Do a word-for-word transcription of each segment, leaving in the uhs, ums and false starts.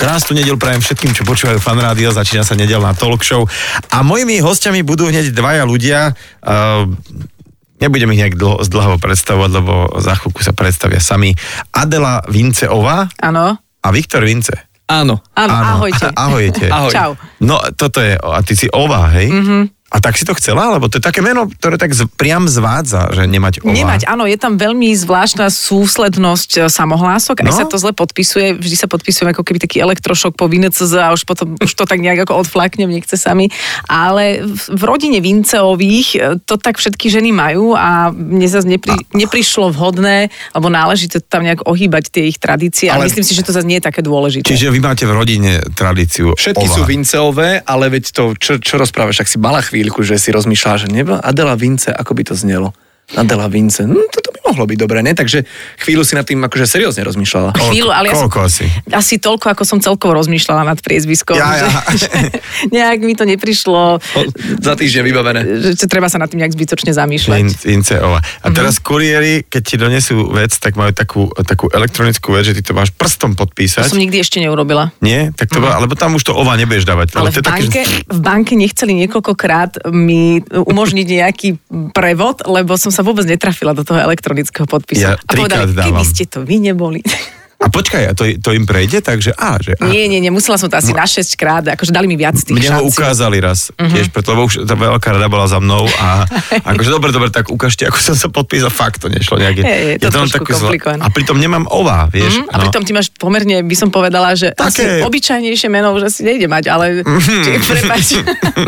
Krásnu nedeľu prajem všetkým, čo počúvajú Fan Rádio, začína sa nedeľná talk show. A mojimi hostiami budú hneď dvaja ľudia. Uh, nebudem ich nejak dlho, zdlhavo predstavovať, lebo za chvíľku sa predstavia sami. Adela Vinceová. Áno. A Viktor Vince. Áno. Áno, ahojte. Ahojte. Ahoj. Čau. No, toto je, a ty si Ova, hej? Mhm. A tak si to chcela? Lebo to je také meno, ktoré tak z, priam zvádza, že nemať Ova. Nemať, áno, je tam veľmi zvláštna súslednosť samohlások, aj no? sa to zle podpisuje, vždy sa podpisujem ako keby taký elektrošok po Vinecz a už potom už to tak nejak ako odflaknem, nechce sami. Ale v, v rodine Vinceových to tak všetky ženy majú a mne zase nepri, neprišlo vhodné, alebo náležité tam nejak ohýbať tie ich tradície, ale myslím si, že to zase nie je také dôležité. Čiže vy máte v rodine tradíciu Všetky Ova. sú Vinceové, ale veď to, čo, čo rozprávaš, ak si mala chvíľku, že si rozmýšľala, že neba Adela Vince, ako by to znelo? Adela Vince, no toto by mohlo byť dobré, ne? Takže chvíľu si nad tým akože seriózne rozmýšľala. Chvíľu, ale ja Koľko asi? Asi toľko, ako som celkovo rozmýšľala nad priezviskom. Ja, ja. Že, nejak mi to neprišlo. O, za týždeň vybavené. Že treba sa nad tým nejak zbytočne zamýšľať. Vinceová. A teraz uh-huh. kuriéri, keď ti donesú vec, tak majú takú, takú elektronickú vec, že ty to máš prstom podpísať. To som nikdy ešte neurobila. Nie? Tak to uh-huh. Lebo tam už to Ova nebudeš dávať. Ale v banke, také... v banke nechceli niekoľkokrát mi umožniť nejaký prevod, lebo som sa vôbec netrafila do toho elektronického podpisu. Ja a povedali, dávam. keby ste to vy neboli. A počkaj, a to, to im prejde? Takže á, že á. Nie, nie, nie, musela som to asi no. na šesť krát, akože dali mi viac tých Mne šancí. ho ukázali raz, uh-huh. tiež, preto, lebo už tá veľká rada bola za mnou a akože dobre, dobre, tak ukážte, ako som sa podpísal, fakt to nešlo nejaké. Je, je to trošku komplikované. A pritom nemám Ova, vieš. Uh-huh. A pritom ty máš pomerne, by som povedala, že také... asi obyčajnejšie meno už asi nejde mať, ale uh-huh. prepáč.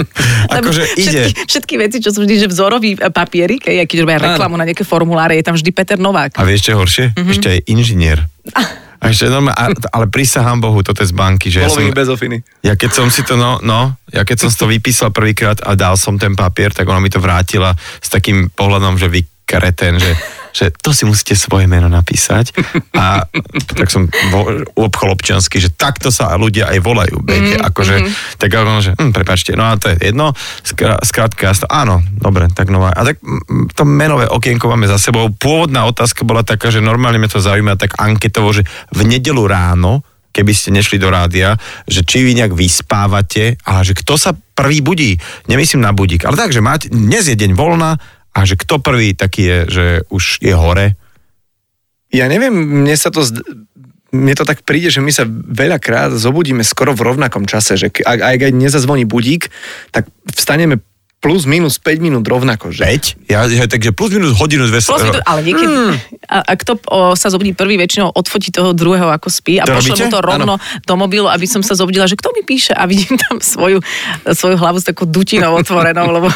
akože ide. Všetky, všetky veci, čo sú vždy, že vzorový papierik, keď robia reklamu na nejaké formuláre, je tam vždy Peter Novák. A vieš, čo je horšie? Uh-huh. Ešte aj inžinier. A ešte normálne, ale prísahám Bohu, toto je z banky, že ja som, bez ofiny. Ja keď som si to, no, no, ja keď som si to vypísal prvýkrát a dal som ten papier, tak ona mi to vrátila s takým pohľadom, že vy kreten, že, že to si musíte svoje meno napísať. A tak som vo, obchol občiansky, že takto sa ľudia aj volajú, viete, mm, akože, mm. tak ono, že, hm, prepáčte, no a to je jedno, skrátka, áno, dobre, tak nová. A tak to menové okienko máme za sebou. Pôvodná otázka bola taká, že normálne ma to zaujíma tak anketovo, že v nedeľu ráno, keby ste nešli do rádia, že či vy nejak vyspávate a že kto sa prvý budí. Nemyslím na budík, ale tak, že máte, dnes je deň voľna a že kto prvý taký je, že už je hore. Ja neviem, mne sa to zd... mne to tak príde, že my sa veľakrát zobudíme skoro v rovnakom čase, že ak aj nezazvoní budík, tak vstaneme plus minus päť minút rovnako, že? päť? Ja, ja takže plus minus hodinu dve... Plus minút, ale niekedy... Mm. A, a kto o, sa zobudí prvý, väčšinou odfotí toho druhého, ako spí a to pošle mu to rovno ano. do mobilu, aby som sa zobudila, že kto mi píše a vidím tam svoju, svoju hlavu s takou dutinou otvorenou, lebo...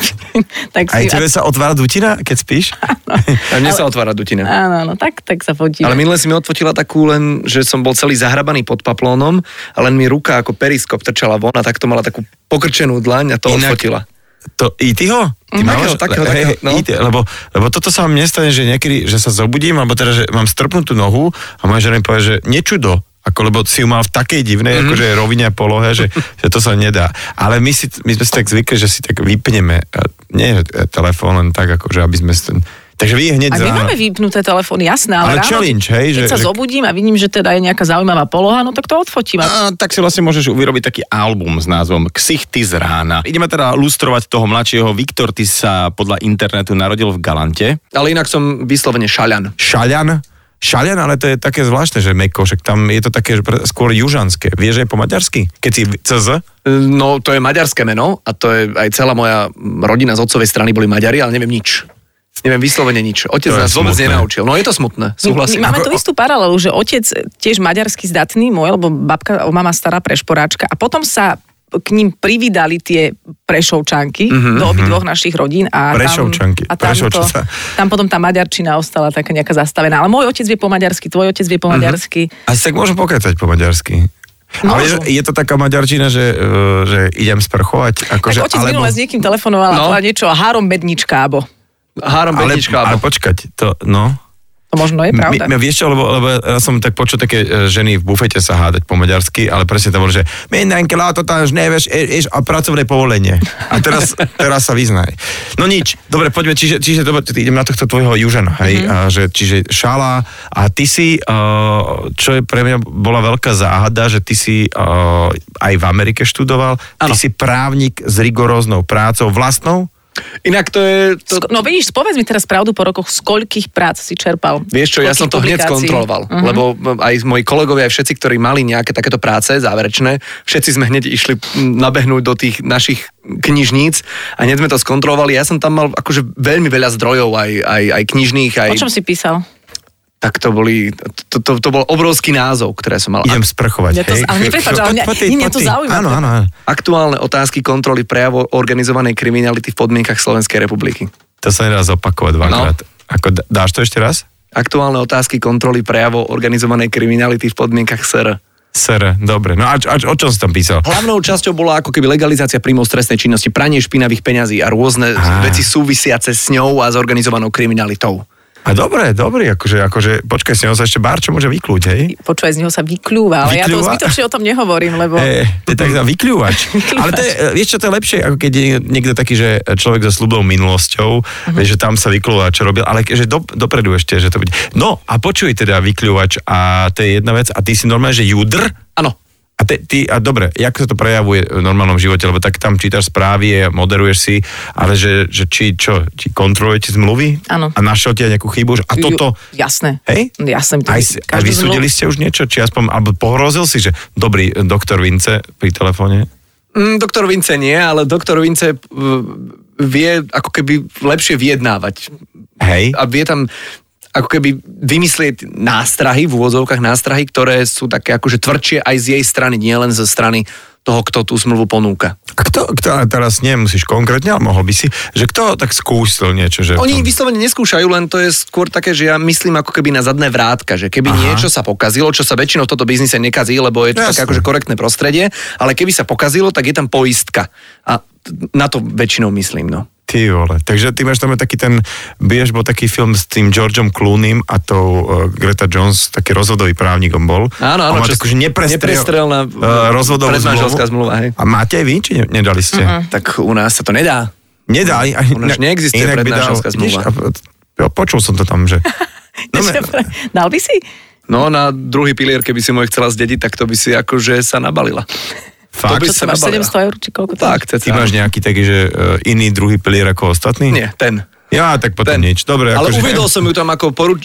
tak Aj tebe sa otvára dutina, keď spíš? Áno. A mne ale... sa otvára dutina. Áno, áno, tak, tak sa fotí. Ale minule si mi odfotila takú len, že som bol celý zahrabaný pod paplónom a len mi ruka ako periskop trčala von a tak to mala takú pokrčenú dlaň a to Inak... odfotila. To í ty ho? Ty mm, máš? Takého, takého, takého, no. í ty, lebo, lebo toto sa vám nestane, že niekedy, že sa zobudím, alebo teda, že mám strpnutú nohu a moja žena mi povie, že nečudo, ako lebo si ju mal v takej divnej, mm-hmm. akože rovine a polohe, že, že to sa nedá. Ale my, si, my sme si tak zvykli, že si tak vypneme, nie telefón len tak, akože aby sme si ten... Takže vy hneď a my ráno... máme vypnuté telefóny, jasné, ale, ale ráno, challenge, hej, keď že, sa že... zobudím a vidím, že teda je nejaká zaujímavá poloha, no tak to odfotím. A, tak si vlastne môžeš vyrobiť taký album s názvom Ksichty z rána. Ideme teda lustrovať toho mladšieho. Viktor, ty sa podľa internetu narodil v Galante. Ale inak som vyslovene Šaľan. Šaľan? Šaľan, ale to je také zvláštne, že meko, však tam je to také skôr južanské. Vieš, že je po maďarsky? Keď si cé zet? No, to je maďarské meno a to je aj celá moja rodina z otcovej strany boli Maďari, ale neviem nič. Neviem vyslovene nič. Otec nás vôbec nenaučil. No je to smutné, súhlasím. My, my máme tú istú paralelu, že otec tiež maďarsky zdatný môj, lebo babka, mama stará prešporáčka a potom sa k ním privídali tie prešovčanky mm-hmm. do obidvoch našich rodín a Prešovčanky. tam, a tam, to, tam potom tá maďarčina ostala taká nejaká zastavená. Ale môj otec vie po maďarsky, tvoj otec vie po mm-hmm. maďarsky. Asi tak môžem pokecať po maďarsky. Ale je, je to taká maďarčina, že, že idem sprchovať. Ako tak že, otec alebo... minule s niekým telefonoval no. a niečo három bednička, abo. Három bednička, ale, ale počkať, to, no... To To možno je pravda. My, my, vieš čo, lebo, lebo ja som tak počul také ženy v bufete sa hádať po maďarsky, ale presne to bolo, že mindenki láto tam už nevieš, iš a pracovné povolenie. A teraz, teraz sa vyznaj. No nič, dobre, poďme, čiže, čiže dobre, idem na tohto tvojho Južana, hej, mm-hmm. a že, čiže šala a ty si, uh, čo je pre mňa bola veľká záhada, že ty si uh, aj v Amerike študoval, ty ano. Si právnik s rigoróznou prácou vlastnou. Inak to je... To... No vidíš, povedz mi teraz pravdu po rokoch, z koľkých prác si čerpal? Vieš čo, ja som to hneď skontroloval, uh-huh. lebo aj moji kolegovia, aj všetci, ktorí mali nejaké takéto práce záverečné, všetci sme hneď išli nabehnúť do tých našich knižníc a hneď sme to skontrolovali. Ja som tam mal akože veľmi veľa zdrojov, aj, aj, aj knižných. Aj... O čom si písal? Tak to boli, to, to, to bol obrovský názov, ktoré som mal. Idem sprchovať, hej. Ale neprepáč, ale mňa to zaujíma. Áno, áno, áno. Aktuálne otázky kontroly prejavov organizovanej kriminality v podmienkach Slovenskej republiky. To sa nedá zopakovať dvakrát. No. Ako, dáš to ešte raz? Aktuálne otázky kontroly prejavov organizovanej kriminality v podmienkach es er. es er, dobre. No a, a o čom si tam písal? Hlavnou časťou bola ako keby legalizácia príjmov z trestnej činnosti, pranie špinavých peňazí a rôzne a. veci súvisiace s ňou a s organizovanou kriminalitou. A dobre, dobre, akože, akože, počkaj, z neho sa ešte Bárčo môže vyklúť, hej? Počúvaj, z neho sa vykľúva, ale vyklúva? Ja to zbytočne o tom nehovorím, lebo... E, to je tak vykľúvač. Ale to je, vieš čo, to je lepšie, ako keď je niekto taký, že človek so slubnou minulosťou, uh-huh. vieš, že tam sa vyklúva, čo robil, ale že do, dopredu ešte, že to bude. No, a počuj teda vykľúvač a to je jedna vec, a ty si normálne, že judr? Áno. A, te, ty, a dobre, jak sa to prejavuje v normálnom živote, lebo tak tam čítaš správy a moderuješ si, ale že, že či, čo, či kontrolujete zmluvy? Áno. A našiel ti aj nejakú chybu? A toto... Jasné. Hej? Jasné. Aj, a vysúdili ste už niečo? Či aspoň, alebo pohrozil si, že dobrý doktor Vince pri telefóne? Mm, doktor Vince nie, ale doktor Vince vie ako keby lepšie vyjednávať. Hej. A vie tam... ako keby vymyslieť nástrahy, v úvodzovkách nástrahy, ktoré sú také akože tvrdšie aj z jej strany, nie len zo strany toho, kto tú zmluvu ponúka. A kto, kto teraz nemusíš konkrétne, ale mohol by si, že kto tak skúsil niečo? Že Oni tom... vyslovene neskúšajú, len to je skôr také, že ja myslím ako keby na zadné vrátka, že keby Aha. niečo sa pokazilo, čo sa väčšinou v tomto biznise nekazí, lebo je to Jasne. také akože korektné prostredie, ale keby sa pokazilo, tak je tam poistka. A na to väčšinou myslím, no. Ty vole, takže ty máš tam taký ten, vieš, bol taký film s tým Georgeom Clooneym a tou uh, Greta Jones, taký rozvodový právnik on bol. Áno, áno. On má takú, že neprestrelná uh, rozvodovú predmanželská zmluva, hej. A máte aj vy, či ne, nedali ste? Uh-huh. Tak u nás sa to nedá. Nedá? U nás ne, neexistuje predmanželská zmluva. Ja, počul som to tam, že... No, me... Dal by si? No, na druhý pilier, keby si môj chcela zdediť, tak to by si akože sa nabalila. Fakt? To by sa máš sedemsto eur, či koľko to tak, Ty máš nejaký taký, že uh, iný druhý pilier ako ostatný? Nie, ten. Ja, tak potom ten. Nič. Dobre, ale akože... uvedol som ju tam ako poruč...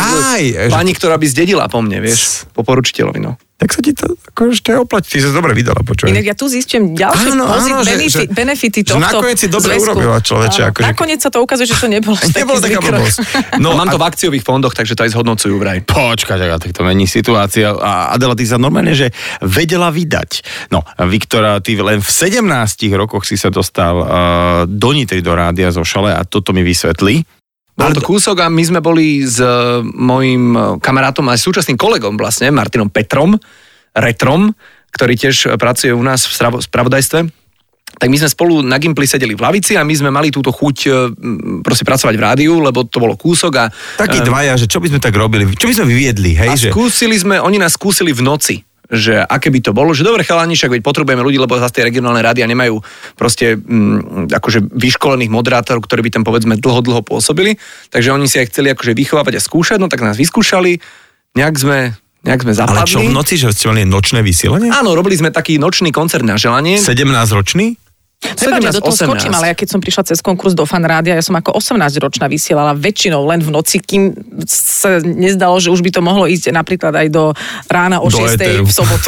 Jaj, pani, ktorá by zdedila po mne, vieš, po poručiteľovi, no. Tak sa ti to akože ešte oplatí, ty sa dobre vydala, počuj. Inak ja tu zistím ďalšie áno, pozit, áno, benefi, že, benefity tohto že nakoniec si dobre zväzku. Urobila človeče. Akože... Nakoniec sa to ukazuje, že to nebolo nebolo taká blbosť. No, mám to v akciových fondoch, takže to aj zhodnocujú vraj. Počkaj, tak to mení situácia. A Adela, ty sa normálne, že vedela vydať. No, Viktora, ty len v sedemnástich rokoch si sa dostal uh, donitej do rádia zo Šale a toto mi vysvetlí. Bol to kúsok a my sme boli s uh, mojím kamarátom a súčasným kolegom vlastne, Martinom Petrom, Retrom, ktorý tiež pracuje u nás v spravodajstve. Tak my sme spolu na Gimply sedeli v lavici a my sme mali túto chuť proste pracovať v rádiu, lebo to bolo kúsok a... Takí um, dvaja, že čo by sme tak robili, čo by sme vyviedli, hej? A že... skúsili sme, oni nás skúsili v noci, že aké by to bolo, že dobre chalani, však veď potrebujeme ľudí, lebo zase tie regionálne rádia nemajú proste m, akože vyškolených moderátorov, ktorí by tam povedzme dlho, dlho pôsobili, takže oni si aj chceli akože vychovávať a skúšať, no tak nás vyskúšali, nejak sme... Nejak sme zapadli. Ale čo v noci, že ste mali nočné vysielanie? Áno, robili sme taký nočný koncert na želanie. sedemnásťročný? Prepáč, do toho skočím, ale ja keď som prišla cez konkurs do Fan rádia, ja som ako osemnásťročná vysielala väčšinou len v noci, kým sa nezdalo, že už by to mohlo ísť napríklad aj do rána o šiestej v sobotu.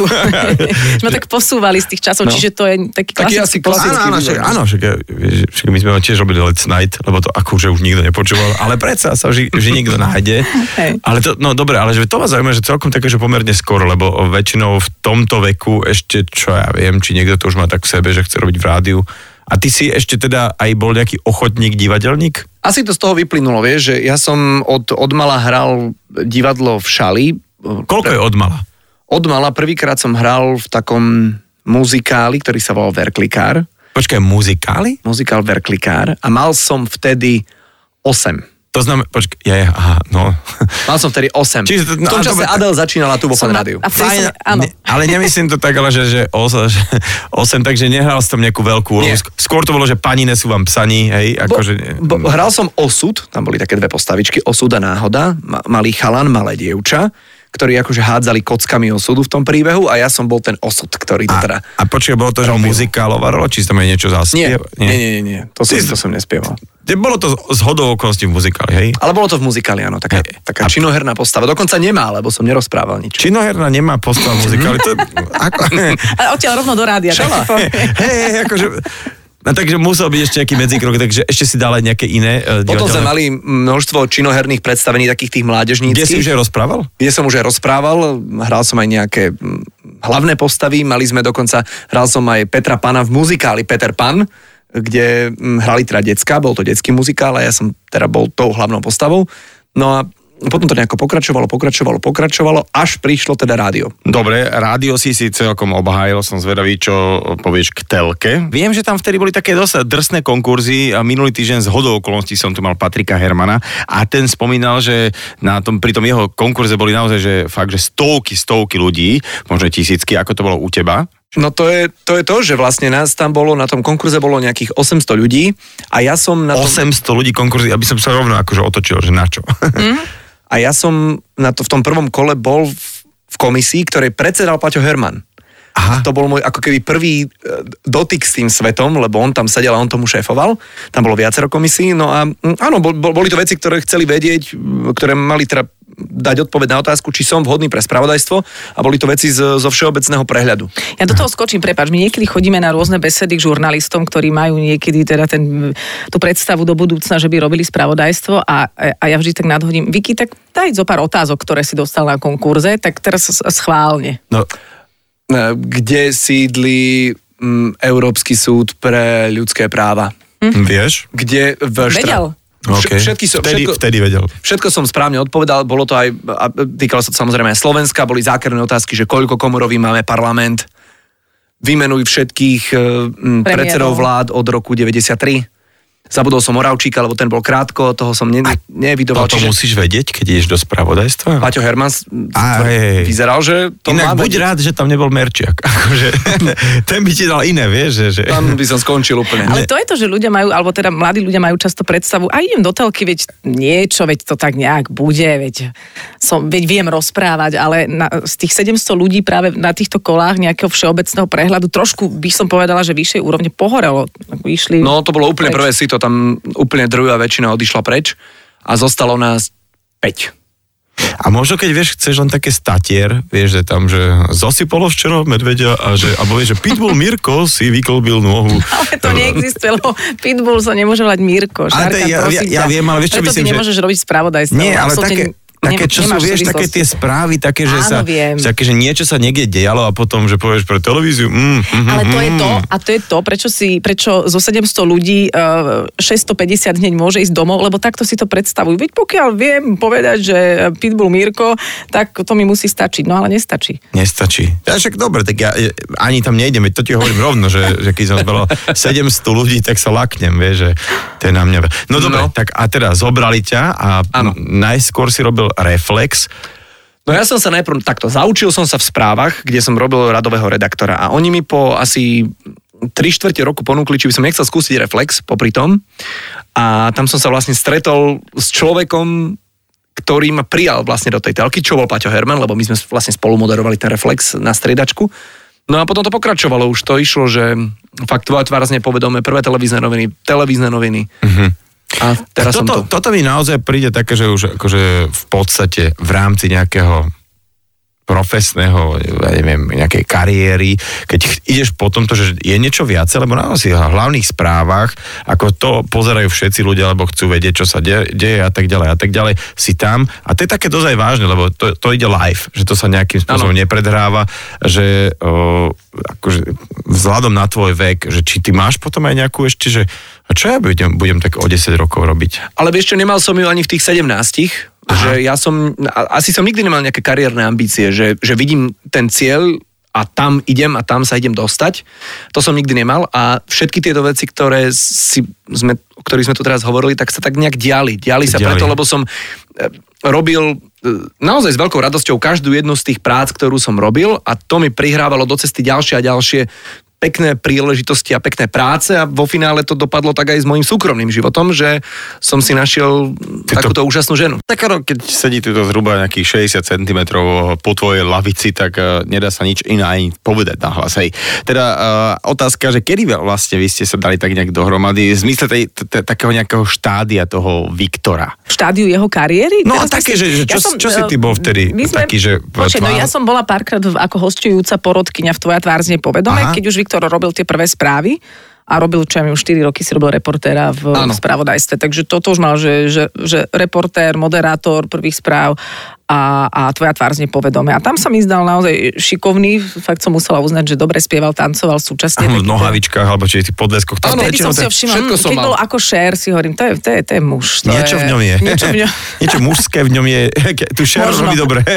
Sme tak posúvali z tých časov, no. Čiže to je taký klasický postup. Áno, však, áno však, však my sme tiež robili Let's Night, lebo to akože už nikto nepočúval, ale predsa sa vždy, vždy nikto nájde. Hey. Ale to, no dobre, ale že to vás zaujíma, že celkom také, že pomerne skoro, lebo väčšinou v tomto veku ešte, čo ja viem, či niekto to už má tak v sebe, že chce robiť v rádiu. A ty si ešte teda aj bol nejaký ochotník, divadelník? Asi to z toho vyplynulo, vieš, že ja som od, od mala hral divadlo v Šali. Koľko je od mala? Od mala prvýkrát som hral v takom muzikáli, ktorý sa volal Verklikár. Počkaj, muzikáli? Muzikál Verklikár. A mal som vtedy osem. To znamená, počkaj, ja, ja, aha, no. Mal som vtedy osem. Čiže, no, v tom čase dobre, Adele začínala tu vo Fan rádiu. Fajn, ne, ale nemyslím to tak, ale že, že osem, takže nehral som nejakú veľkú úlohu. Skôr to bolo, že pani nesú vám psaní, hej. Akože, bo, bo, hral som Osud, tam boli také dve postavičky, Osud a Náhoda, malý chalan, malé dievča, ktorí akože hádzali kockami osudu v tom príbehu a ja som bol ten osud, ktorý to teda... A, a počkaj, bolo to, že muzikálová rola, či tam je niečo zaspiev? Nie, nie, nie, nie, to som, to som nespieval. Bolo to z hodou okolností v muzikáli, hej? Ale bolo to v muzikáli, áno, taká, taká činoherná postava. Dokonca nemá, lebo som nerozprával nič. Činoherná nemá postava v muzikáli, to... Ako... Ale odtiaľ rovno do rádia. Hej, hej, akože... No takže musel byť ešte nejaký medzikrok, takže ešte si dal aj nejaké iné uh, Potom sme mali množstvo činoherných predstavení takých tých mládežníckých. Kde si už aj rozprával? Kde som už aj rozprával, hral som aj nejaké hlavné postavy, mali sme dokonca, hral som aj Petra Pana v muzikáli Peter Pan, kde hrali teda decka, bol to detský muzikál a ja som teda bol tou hlavnou postavou. No a potom to nejako pokračovalo, pokračovalo, pokračovalo, až prišlo teda rádio. Dobre, rádio si si celkom obhájil, som zvedavý, čo povieš k telke. Viem, že tam vtedy boli také dosť drsné konkurzy a minulý týždeň z hodou okolností som tu mal Patrika Hermana a ten spomínal, že na tom, pri tom jeho konkurze boli naozaj, že fakt, že stovky, stovky ľudí, možno tisícky, ako to bolo u teba. No to je, to je to, že vlastne nás tam bolo, na tom konkurze bolo nejakých osemsto ľudí a ja som na tom... osemsto ľudí konkurzy, aby som sa rovno akože otočil, že na čo? Mm. A ja som na to, v tom prvom kole bol v, v komisii, ktorej predsedal Paťo Herman. Aha. To bol môj ako keby prvý dotyk s tým svetom, lebo on tam sedel a on tomu šéfoval. Tam bolo viacero komisí, no a áno, bol, boli to veci, ktoré chceli vedieť, ktoré mali teda dať odpoveď na otázku, či som vhodný pre spravodajstvo a boli to veci z, zo všeobecného prehľadu. Ja do toho skočím, prepáč, my niekedy chodíme na rôzne besedy k žurnalistom, ktorí majú niekedy teda ten, tú predstavu do budúcna, že by robili spravodajstvo a, a ja vždy tak nadhodím, Viki, tak daj zo pár otázok, ktoré si dostal na konkurze, tak teraz schválne. No. Kde sídli m, Európsky súd pre ľudské práva? Hm? Vieš? Kde v štra... Vedel. Okay. Všetky som, vtedy, všetko, vtedy vedel. Všetko som správne odpovedal, bolo to aj, týkalo sa to samozrejme aj Slovenska, boli zákerné otázky, že koľko komorový máme parlament, vymenuj všetkých m, predsedov vlád od roku deväťdesiattri. Zabudol som Moravčíka, lebo ten bol krátko, toho som ne, nevidoval. To čiže... musíš vedieť, keď ideš do spravodajstva? Paťo Herman vyzeral, že to inak buď vedieť. Rád, že tam nebol Merčiak. Akože, ten by ti dal iné, vieš. Že, že... Tam by som skončil úplne. Ale to je to, že ľudia majú, alebo teda mladí ľudia majú často predstavu, a idem do telky, veď niečo, veď to tak nejak bude, veď, som, veď viem rozprávať, ale na, z tých sedemsto ľudí práve na týchto kolách nejakého všeobecného prehľadu trošku by som povedala, že vyššej úrovne pohorelo. Išli no to bolo úplne preč. Prvé si to tam úplne druhá väčšina odišla preč a zostalo nás päť. A možno keď vieš, chceš len také statier, vieš, že tam, že zasypalo včera medvedia a že, alebo vieš, že Pitbull Mirko si vyklbil nohu. Ale to neexistuje, lebo Pitbull sa nemôže volať Mirko. Šárka, ja, ja, ja viem, ale vieš, čo preto myslím, ty nemôžeš že... robiť spravodajstvo. Nie, ale také... Také, čo sú, vieš, také tie správy, také, že, sa, také, že niečo sa niekde dejalo a potom, že povieš pre televíziu. Mm, mm, Ale to je to, a to je to, prečo, si, prečo zo sedemsto ľudí uh, šesťstopäťdesiat hneď môže ísť domov, lebo takto si to predstavujú. Veď pokiaľ viem povedať, že Pitbull Mirko, tak to mi musí stačiť, no ale nestačí. Nestačí. Ja však dobre, tak ja ani tam nejdem, veď to ti hovorím rovno, že, že keď som zbalo sedemsto ľudí, tak sa laknem, vieš, že to je na mňa. No dobre, no. Tak a teda zobrali ťa a ano. Najskôr si robil Reflex. No ja som sa najprv takto zaučil som sa v správach, kde som robil radového redaktora a oni mi po asi tri štvrte roku ponúkli, či by som nechcel skúsiť Reflex popri tom a tam som sa vlastne stretol s človekom, ktorý ma prijal vlastne do tej telky, čo bol Paťo Herman, lebo my sme vlastne spolu moderovali ten Reflex na striedačku. No a potom to pokračovalo, už to išlo, že fakt tvoja tvár z nepovedomé, prvé televízne noviny, televízne noviny. Mhm. A teraz a toto, som to... toto mi naozaj príde také, že už akože v podstate v rámci nejakého profesného, ja neviem, nejakej kariéry, keď ideš po tomto, že je niečo viacej, lebo naozaj v hlavných správach, ako to pozerajú všetci ľudia, lebo chcú vedieť, čo sa de- deje a tak ďalej a tak ďalej, si tam. A to je také dosť vážne, lebo to, to ide live, že to sa nejakým spôsobom ano. Nepredhráva, že o, akože vzhľadom na tvoj vek, že či ty máš potom aj nejakú ešte, že a čo ja budem, budem tak o desať rokov robiť? Ale vieš čo, nemal som ju ani v tých sedemnástich, že ja som, asi som nikdy nemal nejaké kariérne ambície, že, že vidím ten cieľ a tam idem a tam sa idem dostať. To som nikdy nemal a všetky tieto veci, ktoré si sme, o ktorých sme tu teraz hovorili, tak sa tak nejak diali. Diali sa Diali. preto, lebo som robil naozaj s veľkou radosťou každú jednu z tých prác, ktorú som robil a to mi prihrávalo do cesty ďalšie a ďalšie pekné príležitosti a pekné práce a vo finále to dopadlo tak aj s mojím súkromným životom, že som si našiel Ty takúto to... úžasnú ženu. Tak keď sedí tu zhruba nejakých šesťdesiat centimetrov po tvojej lavici, tak uh, nedá sa nič iné ani povedať na hlas. Hej. Teda uh, otázka, že kedy vlastne vy ste sa dali tak nejak dohromady, v zmysle tej, t- t- takého nejakého štádia toho Viktora? V štádiu jeho kariéry? No a také, že, že čo, ja som, čo si ty bol vtedy sme, taký, že... Počkej, no ja som bola párkrát ako hostujúca porodkyňa v Tvoja tvár znie povedome, keď už Viktor robil tie prvé správy a robil, čo ja už štyri roky si robil reportéra v Áno. spravodajstve. Takže toto už mal, že, že, že reportér, moderátor prvých správ a, a Tvoja tvár znie povedome. A tam sa mi zdal naozaj šikovný, fakt som musela uznať, že dobre spieval, tancoval súčasne. Áno, v nohavičkách, alebo či v podveskoch. Áno, vtedy som si ho všimla, keď bol ako šér, si hovorím, to je, to je, to je muž. To niečo je, v ňom je. Niečo, v ňom... niečo mužské v ňom je. Tu šér robí dobre.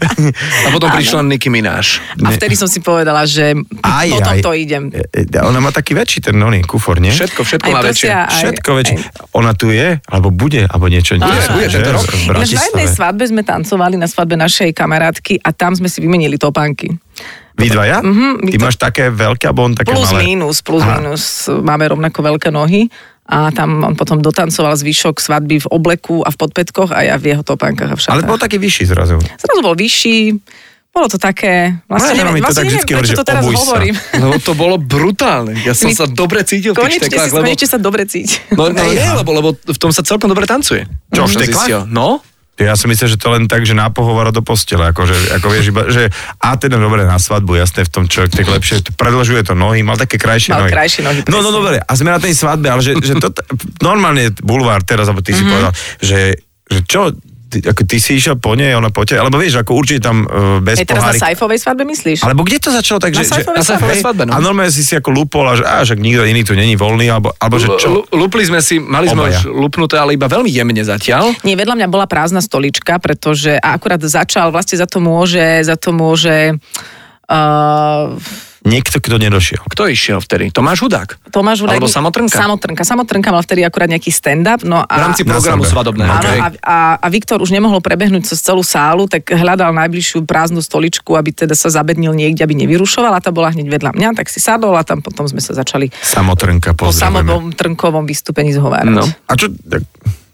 A potom prišla Nicki Minaj. A vtedy som si povedala, že aj, potom aj. to idem. Ona má taký väčší ten oný kufor, nie? Všetko, všetko aj má väčšie. Aj, všetko väčšie. Ona tu je, alebo bude, alebo niečo. Bude, bude, tento rok. Na jednej svadbe sme tancovali, na svadbe našej kamarátky a tam sme si vymenili topánky. Vy dvaja? Mm-hmm, Ty to... máš také veľké a on také plus malé? Mínus, plus Aha. mínus. Máme rovnako veľké nohy a tam on potom dotancoval zvyšok svadby v obleku a v podpätkoch a ja v jeho topánkach a v šatách. Ale bol taký vyšší zrazu. Zrazu bol vyšší, bolo to také... Vlastne no, neviem, to vlastne tak neviem prečo to teraz hovorím. Lebo to bolo brutálne. Ja som My... sa dobre cítil v tých šteklách. Lebo... Konečne sa dobre cíti. No, no nie, lebo, lebo v tom sa celkom dobre tancuje. Čo, v šteklách? No. Ja som myslel, že to len tak, že na pohovor do postele, akože, ako vieš, iba, že a teda dobre na svadbu, jasné, v tom človek tak lepšie, predlžuje to nohy, mal také krajšie mal nohy. krajšie nohy. No, no, dobre, a sme na tej svadbe, ale že, že to, normálne bulvár teraz, alebo ty mm-hmm. si povedal, že, že čo, ty, ako ty si išiel po nej, ona po tebe, alebo vieš, ako určite tam uh, bez Hej, teraz pohárik. na Saifovej svadbe myslíš? Alebo kde to začalo tak, na že... Saifovej na Saifovej svadbe, no. A normálne si si ako lupol a že, á, že nikto iný tu není voľný, alebo, alebo že čo? L- lupli sme si, mali sme Obaja. už lupnuté, ale iba veľmi jemne zatiaľ. Nie, vedľa mňa bola prázdna stolička, pretože a akurát začal, vlastne za to môže, za to môže... Uh, Niekto, kto nedošiel. Kto išiel vtedy? Tomáš Hudák? Tomáš Hudák. Alebo Samotrnka? Samotrnka. Samotrnka mal vtedy akurát nejaký stand-up. No a, v rámci programu svadobného. Áno, Okay. a, a, a Viktor už nemohol prebehnúť cez celú sálu, tak hľadal najbližšiu prázdnu stoličku, aby teda sa zabednil niekde, aby nevyrušoval. A tá bola hneď vedľa mňa, tak si sadol a tam potom sme sa začali Samotrnka, po pozdravujeme. samotrnkovom vystúpení zhovárať. No. A čo, tak,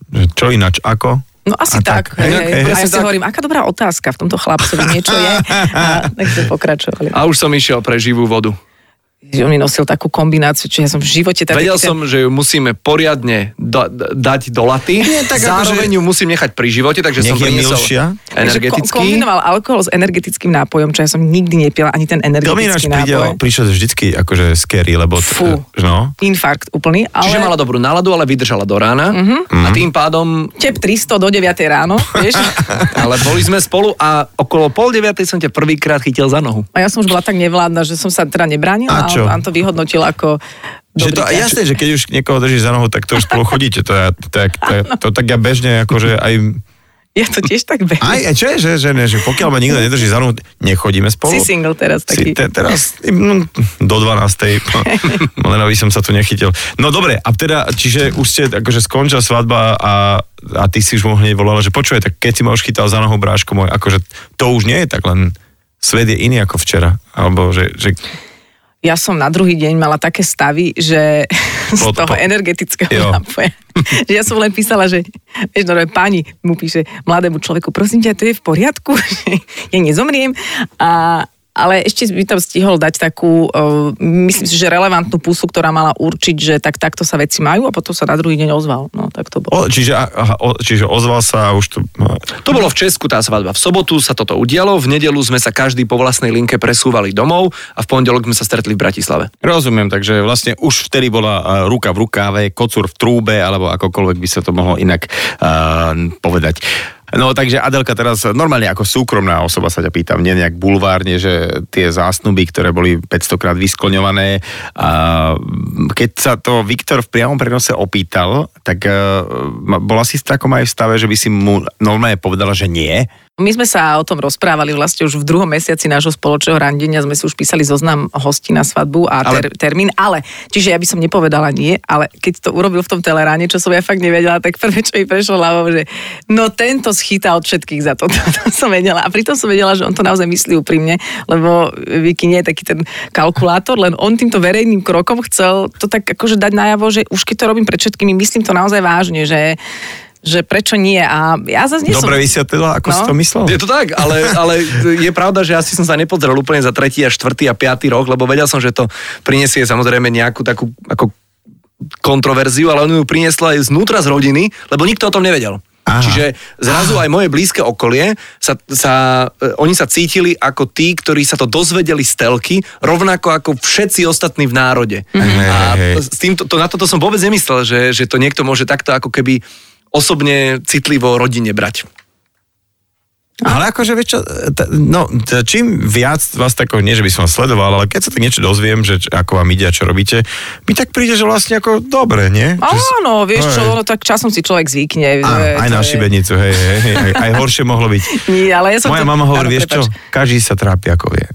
čo ináč, ako? No asi A tak. tak. Hej, Hej, hej. hej, A ja si tak. hovorím, aká dobrá otázka v tomto chlapcovi niečo je. A tak sme pokračovali. A už som išiel pre živú vodu. Že on mi nosil takú kombináciu, čo ja som v živote... Tak Vedel som, že ju musíme poriadne do, dať do laty. Nie, tak zároveň akože- ju musím nechať pri živote, takže Nech som je priniesol milšia. energetický. Kombinoval alkohol s energetickým nápojom, čo ja som nikdy nepila, ani ten To mi ináč energetický príde, nápoj. prišiel vždycky akože scary, lebo... T- Fú. No. Infarkt úplný, ale... Čiže mala dobrú náladu, ale vydržala do rána. Mhm. A tým pádom... Tep tristo do deviatej ráno, vieš? Ale boli sme spolu a okolo pol deviatej som ťa prvýkrát chytil za nohu. A ja som už bola tak nevládna, že som sa teda nebránila, A čo? ale on to vyhodnotil ako... Že to, dobrý ťah. jasné, že keď už niekoho držíš za nohu, tak to už spolu chodíte. To, ja, tak, to, to tak ja bežne, akože aj... Ja to tiež tak bežím. Aj, aj čo je, že, že, ne, že pokiaľ ma nikto nedrží za nohu, nechodíme spolu. Si single teraz taký. Si te, teraz no, do dvanástej. Len aby som sa tu nechytil. No dobre, a teda, čiže už ste akože skončila svadba a, a ty si už mu hneď volala, že počuje, tak keď si ma už chytal za nohu, bráško môj, akože to už nie je tak, len svet je iný ako včera. Alebo že... že Ja som na druhý deň mala také stavy, že z Po- toho po- energetického jo. nápoja, že ja som len písala, že vieš, no, pani mu píše mladému človeku, prosím ťa, to je v poriadku, že ja nezomriem. A ale ešte by tam stihol dať takú, uh, myslím si, že relevantnú pusu, ktorá mala určiť, že tak takto sa veci majú a potom sa na druhý deň ozval. No, tak to bolo. o, čiže, aha, o, čiže ozval sa a už to... No, To bolo v Česku tá svadba. V sobotu sa toto udialo, v nedeľu sme sa každý po vlastnej linke presúvali domov a v pondelok sme sa stretli v Bratislave. rozumiem, takže vlastne už vtedy bola uh, ruka v rukáve, kocúr v trúbe, alebo akokoľvek by sa to mohlo inak uh, povedať. No takže Adelka, teraz normálne ako súkromná osoba sa ťa pýtam, nie nejak bulvárne, že tie zásnuby, ktoré boli päťstokrát vyskloňované, a keď sa to Viktor v priamom prenose opýtal, tak uh, bola si v takom aj v stave, že by si mu normálne povedala, že nie? My sme sa o tom rozprávali vlastne už v druhom mesiaci nášho spoločného randenia, sme si už písali zoznam hostí na svadbu a ter- ale... termín, ale, čiže ja by som nepovedala nie, ale keď to urobil v tom teleráne, čo som ja fakt nevedela, tak prvé, čo mi prešlo hlavou, že no tento schytal všetkých za to, to, to som vedela. A pritom som vedela, že on to naozaj myslí úprimne, lebo Vicky nie je taký ten kalkulátor, len on týmto verejným krokom chcel to tak akože dať najavo, že už keď to robím pred všetkými, myslím to naozaj vážne, že že prečo nie. A ja zase nie Dobre som... vysvetlila, ako no? si to myslel. Je to tak, ale, ale je pravda, že asi som sa nepozrel úplne za tretí a štvrtý a piatý rok, lebo vedel som, že to prinesie samozrejme nejakú takú ako kontroverziu, ale on ju priniesla aj znútra z rodiny, lebo nikto o tom nevedel. Aha. Čiže zrazu aj moje blízke okolie, sa, sa, oni sa cítili ako tí, ktorí sa to dozvedeli z telky, rovnako ako všetci ostatní v národe. Mm-hmm. A s týmto, to, na toto som vôbec nemyslel, že, že to niekto môže takto ako keby osobne citlivo rodine brať. Ale akože, vieš čo, t- no, t- čím viac vás tako, nie že by som vás sledoval, ale keď sa tak niečo dozviem, že ako vám ide a čo robíte, mi tak príde, že vlastne ako dobre, nie? Áno, vieš čo, no tak časom si človek zvykne. Á, aj na je... šibenicu, hej, hej, hej, aj, aj horšie mohlo byť. Nie, ale ja som Moja to... mama hovorí, áno, vieš čo, každý sa trápi, ako vie.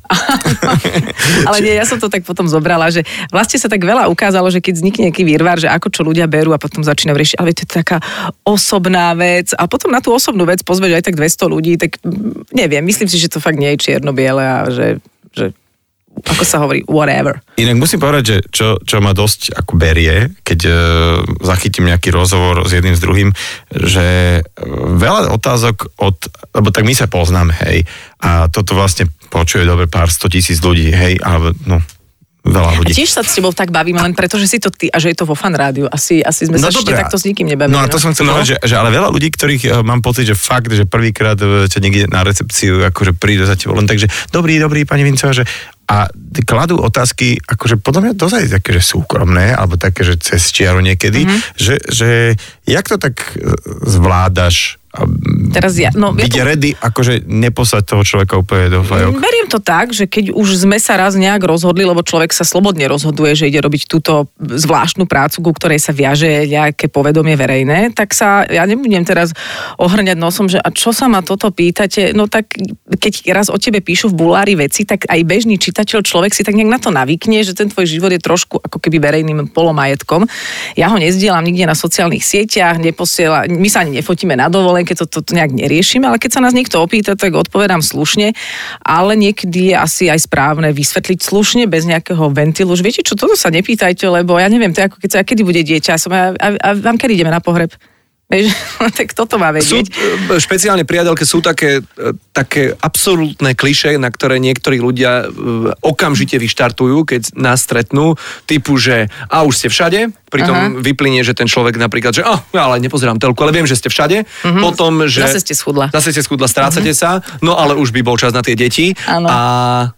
Ale nie, ja som to tak potom zobrala, že vlastne sa tak veľa ukázalo, že keď vznikne nejaký výrvar, že ako čo ľudia berú a potom začínajú riešiť, ale to je taká osobná vec a potom na tú osobnú vec pozveš aj tak dvesto ľudí, tak neviem, myslím si, že to fakt nie je čierno-biele a že, že ako sa hovorí, whatever. Inak musím povedať, že čo, čo ma dosť ako berie, keď e, zachytím nejaký rozhovor s jedným s druhým, že veľa otázok od, lebo tak my sa poznáme, hej, a toto vlastne počuje dobre pár sto tisíc ľudí, hej, alebo no, veľa ľudí. A tiež sa s tebou tak bavíme, len preto, že si to ty a že je to vo Fan rádiu. Asi, asi sme no sa ešte takto s nikým nebavili. No a to som chcel povedať, že, že ale veľa ľudí, ktorých mám pocit, že fakt, že prvýkrát ťa niekde na recepciu akože príde za tebou, len takže dobrý, dobrý, pani Vincová, že a kladú otázky, akože podľa mňa dosť také, že súkromné, alebo také, že cez čiaru niekedy, mm-hmm. že, že jak to tak zvládaš Teraz ja, no, byť ja to... ready, akože neposlať toho človeka úplne do fajok. Beriem to tak, že keď už sme sa raz nejak rozhodli, lebo človek sa slobodne rozhoduje, že ide robiť túto zvláštnu prácu, ku ktorej sa viaže nejaké povedomie verejné, tak sa, ja nebudem teraz ohrňať nosom, že a čo sa ma toto pýtate, no tak keď raz o tebe píšu v bulári veci, tak aj bežný čitateľ, človek si tak nejak na to navykne, že ten tvoj život je trošku ako keby verejným polomajetkom. Ja ho nezdielam nikde na sociálnych sieťach, neposiela, my sa ani nefotíme na dovolenke, keď to, to, to nejak neriešime, ale keď sa nás niekto opýta, tak odpovedám slušne, ale niekedy je asi aj správne vysvetliť slušne, bez nejakého ventilu. Už viete čo, toto sa nepýtajte, lebo ja neviem, to je ako keď sa, kedy bude dieťa, som ja, a, a vám kedy ideme na pohreb? Vieš, tak toto má vedieť. Sú, špeciálne pri Adelke sú také, také absolútne klišé, na ktoré niektorí ľudia okamžite vyštartujú, keď nás stretnú, typu, že a už ste všade, pritom Aha. vyplynie, že ten človek napríklad, že oh, ja ale nepozerám telku, ale viem, že ste všade, uh-huh. potom, že... Zase ste schudla. Zase ste schudla, strácate uh-huh. sa, no ale už by bol čas na tie deti. Áno. A...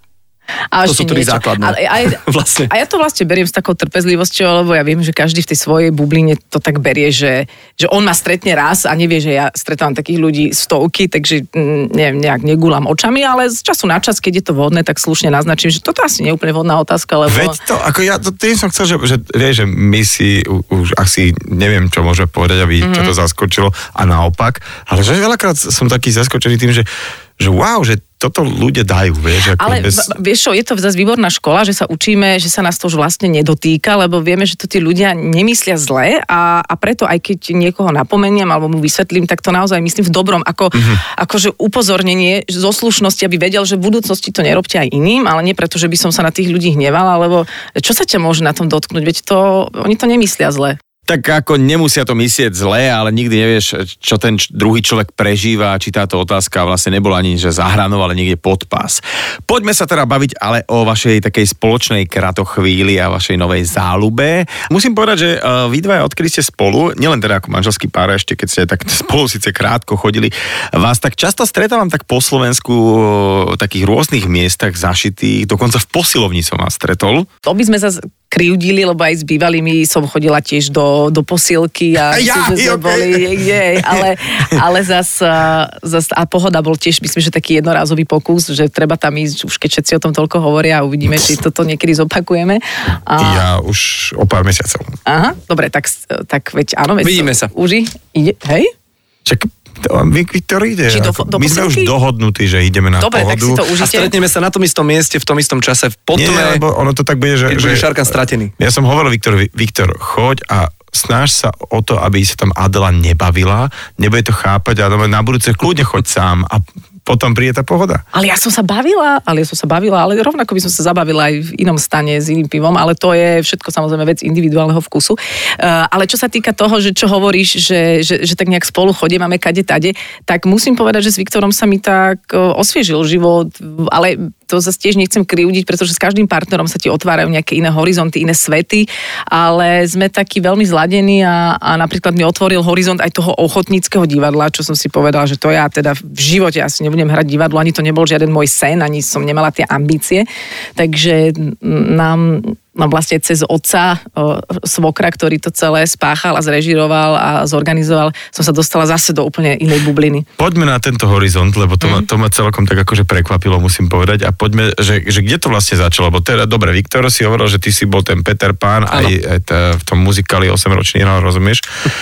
A to sú tri základné. A, a, vlastne. a ja to vlastne beriem s takou trpezlivosťou, lebo ja viem, že každý v tej svojej bubline to tak berie, že, že on ma stretne raz a nevie, že ja stretávam takých ľudí stovky, takže ne, nejak negúlam očami, ale z času na čas, keď je to vhodné, tak slušne naznačím, že toto asi nie je úplne vhodná otázka, lebo... Veď to, ako ja, to tým som chcel, že, že, vieš, že my si už asi neviem, čo môžeme povedať, aby mm-hmm. to zaskočilo a naopak, ale že veľakrát som taký zaskočený tým, že že wow, že toto ľudia dajú, vieš. Ako ale bez... vieš čo, je to zase výborná škola, že sa učíme, že sa nás to už vlastne nedotýka, lebo vieme, že to tí ľudia nemyslia zle a, a preto aj keď niekoho napomeniem alebo mu vysvetlím, tak to naozaj myslím v dobrom, ako, mm-hmm. akože upozornenie zo slušnosti, aby vedel, že v budúcnosti to nerobte aj iným, ale nie preto, že by som sa na tých ľudí hnevala, lebo čo sa ťa môže na tom dotknúť, veď to, oni to nemyslia zle. Tak ako nemusia to myslieť zle, ale nikdy nevieš, čo ten druhý človek prežíva, či táto otázka vlastne nebola ani že za hranou, ale niekde pod pás. Poďme sa teda baviť ale o vašej takej spoločnej kratochvíli a vašej novej záľube. Musím povedať, že vy dvaja, odkedy ste spolu, nielen teda ako manželský pár, ešte keď ste tak spolu síce krátko chodili, vás tak často stretávam tak po Slovensku v takých rôznych miestach zašitých, dokonca v posilovni som vás stretol. To by sme zase kriudili, lebo aj s bývalými som chodila tiež do, do posilky a ja, myslím, že sme okay. boli, je, ale, ale zas, zas a Pohoda bol tiež, myslím, že taký jednorázový pokus, že treba tam ísť, už keď všetci o tom toľko hovoria a uvidíme, či toto niekedy zopakujeme. A... Ja už o pár mesiacov. Aha, dobre, tak, tak veď áno. Veď vidíme sa. Uži, ide, hej? Čak, Viktor ide. Či do, ako, do my sme už dohodnutí, že ideme na Dobre, pohodu. tak si to užite. A stretneme sa na tom istom mieste, v tom istom čase, v potme. Nie, lebo ono to tak bude, že... Keď že bude Šarkan stratený. Ja som hovoril Viktor, Viktor, choď a snaž sa o to, aby sa tam Adela nebavila, nebude to chápať, ale na budúce kľudne choď sám a potom príde tá pohoda. Ale ja som sa bavila, ale ja som sa bavila, ale rovnako by som sa zabavila aj v inom stane s iným pivom, ale to je všetko samozrejme vec individuálneho vkusu. Uh, ale čo sa týka toho, že čo hovoríš, že, že, že tak nejak spolu chodí, máme kade tade, tak musím povedať, že s Viktorom sa mi tak uh, osviežil život, ale to zase tiež nechcem krivdiť, pretože s každým partnerom sa ti otvárajú nejaké iné horizonty, iné svety, ale sme takí veľmi zladení a, a napríklad mi otvoril horizont aj toho ochotníckeho divadla, čo som si povedala, že to ja teda v živote asi nebudem hrať divadlo, ani to nebol žiaden môj sen, ani som nemala tie ambície, takže nám mám vlastne cez otca, o, svokra, ktorý to celé spáchal a zrežiroval a zorganizoval, som sa dostala zase do úplne inej bubliny. Poďme na tento horizont, lebo to, mm. ma, to ma celkom tak akože prekvapilo, musím povedať. A poďme, že, že kde to vlastne začalo? Lebo teda, dobre, Viktor si hovoril, že ty si bol ten Peter Pán, aj, aj tá, v tom muzikáli osemročný hral, rozumieš?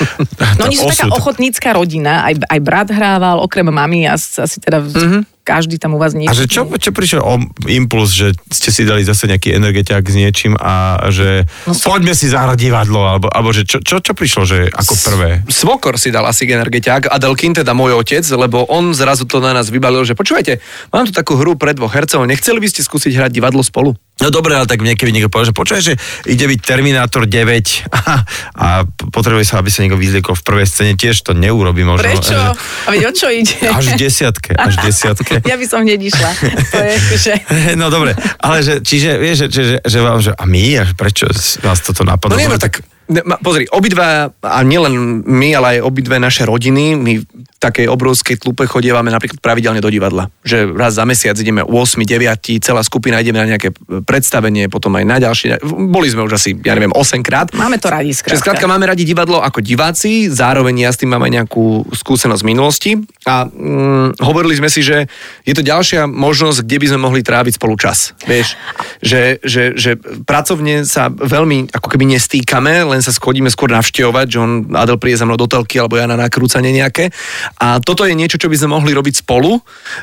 No oni sú taká ochotnícka rodina, aj, aj brat hrával, okrem mami, asi, asi teda... Mm-hmm. Každý tam u vás niečo. A že čo, čo prišiel o impuls, že ste si dali zase nejaký energetiák s niečím a že no, so... poďme si zahrať divadlo, alebo, alebo že čo, čo, čo prišlo, že ako prvé? Svokor si dal asi energetiák, Adelkin, teda môj otec, lebo on zrazu to na nás vybalil, že počúvajte, mám tu takú hru pre dvoch hercov, nechceli by ste skúsiť hrať divadlo spolu? No dobre, ale tak niekedy niekto povedal, že počúvaj, že ide byť Terminátor deväť a, a potrebuje sa, aby sa niekto vyzliekol v prvej scéne, tiež to neurobí možno. Prečo? A veď o čo ide? Až desiatke, až desiatke. Ja by som hneď išla. To je, že... No dobre, ale že, čiže vieš, že, že, že vám, že a my, a prečo vás toto napadlo? No nie, no tak, pozri, obidva, a nielen my, ale aj obidve naše rodiny, my v takej obrovskej tlupe chodievame napríklad pravidelne do divadla. Že raz za mesiac ideme osem deväť, celá skupina ideme na nejaké predstavenie, potom aj na ďalšie. Boli sme už asi, ja neviem, osem krát. Máme to radi, skrátka. Skrátka, máme radi divadlo ako diváci, zároveň ja s tým máme nejakú skúsenosť z minulosti a mm, hovorili sme si, že je to ďalšia možnosť, kde by sme mohli tráviť spolu čas. Vieš, že, že, že pracovne sa veľmi ako keby nestýkame, len sa chodíme skôr navštevovať, že on Adel príde za mnou do telky alebo ja na nakrúcanie nejaké. A toto je niečo, čo by sme mohli robiť spolu.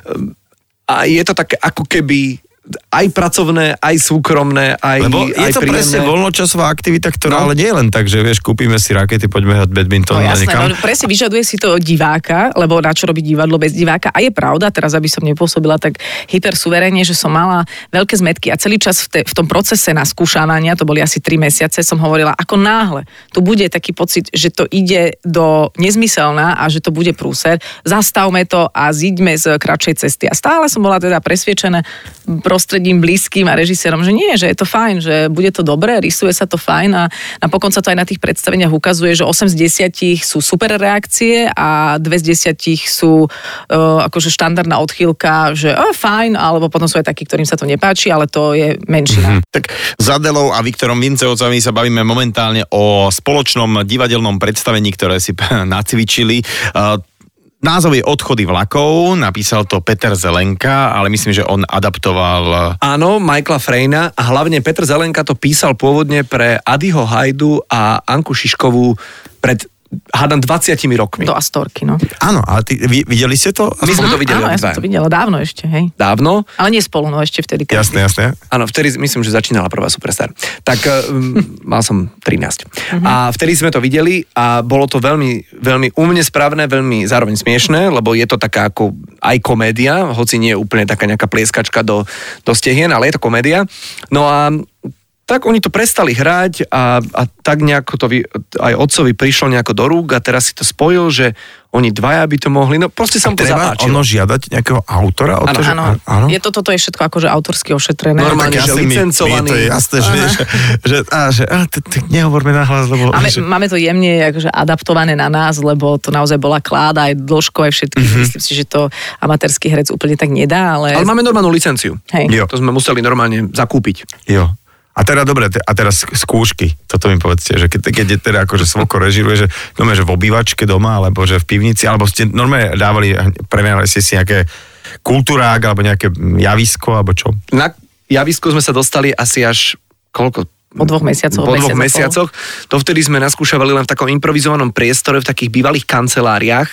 A je to také ako keby aj pracovné, aj súkromné, aj, lebo aj je to príjemné. presne voľnočasová aktivita, ktorá no. ale nie je len tak, že vieš, kúpime si rakety, poďme hrať badminton. No jasné, no, presne vyžaduje si to diváka, lebo na čo robiť divadlo bez diváka. A je pravda, teraz aby som nepôsobila tak hypersuverene, že som mala veľké zmätky a celý čas v, te, v tom procese naskúšavania, to boli asi tri mesiace, som hovorila, ako náhle tu bude taký pocit, že to ide do nezmyselná a že to bude prúser, zastavme to a zíďme z kratšej cesty. A stále som bola teda presviečená prostredím blízkym a režisérom, že nie, že je to fajn, že bude to dobré, rysuje sa to fajn a napokon sa to aj na tých predstaveniach ukazuje, že osem z desiatich sú super reakcie a dve z desiatich sú uh, akože štandardná odchýlka, že uh, fajn, alebo potom sú aj takí, ktorým sa to nepáči, ale to je menšina. Mm-hmm. Tak s Adelou a Viktorom Vincovcami sa bavíme momentálne o spoločnom divadelnom predstavení, ktoré si nacvičili. Uh, Názov je Odchody vlakov, napísal to Peter Zelenka, ale myslím, že on adaptoval... Áno, Michaela Frejna a hlavne Peter Zelenka to písal pôvodne pre Adiho Hajdu a Anku Šiškovú pred hádam dvadsiatimi rokmi. Do Astorky, no. Áno, ale ty, vy, videli ste to? My sme to videli. Áno, ja som to videla dávno ešte, hej. Dávno? Ale nie spolu, no ešte vtedy. Keď jasné, jasné. Áno, vtedy myslím, že začínala prvá Superstar. Tak um, mal som trinásť. Uh-huh. A vtedy sme to videli a bolo to veľmi, veľmi u mne správne, veľmi zároveň smiešné, lebo je to taká ako aj komédia, hoci nie je úplne taká nejaká plieskačka do, do stehien, ale je to komédia. No a tak oni to prestali hrať a, a tak nejako to vy, aj otcovi prišlo nejako do rúk a teraz si to spojil, že oni dvaja by to mohli, no proste sa mu to zapáčilo. A treba ono žiadať nejakého autora? Áno, to, že... áno. áno. Je to, toto je všetko akože autorsky ošetrené. Normálne, no, že licencovaný. To je jasné, že, že, že, á, že á, t- t- nehovorme nahlas, lebo... Máme, že... máme to jemne akože adaptované na nás, lebo to naozaj bola kláda, aj dĺžko, aj všetky. Mm-hmm. Myslím si, že to amatérsky herec úplne tak nedá, ale... Ale máme normálnu licenciu. Hej. Jo. To sme museli normálne zakúpiť. Jo. A teda dobre, a teraz skúšky, toto mi povedzte, že keď, keď je teda akože svoko režiruje, že, no, že v obývačke doma, alebo že v pivnici, alebo ste normálne dávali, premenali ste si nejaké kultúrák, alebo nejaké javisko, alebo čo? Na javisko sme sa dostali asi až koľko? Po dvoch mesiacoch. Po dvoch mesiacoch. To vtedy sme naskúšavali len v takom improvizovanom priestore, v takých bývalých kanceláriách.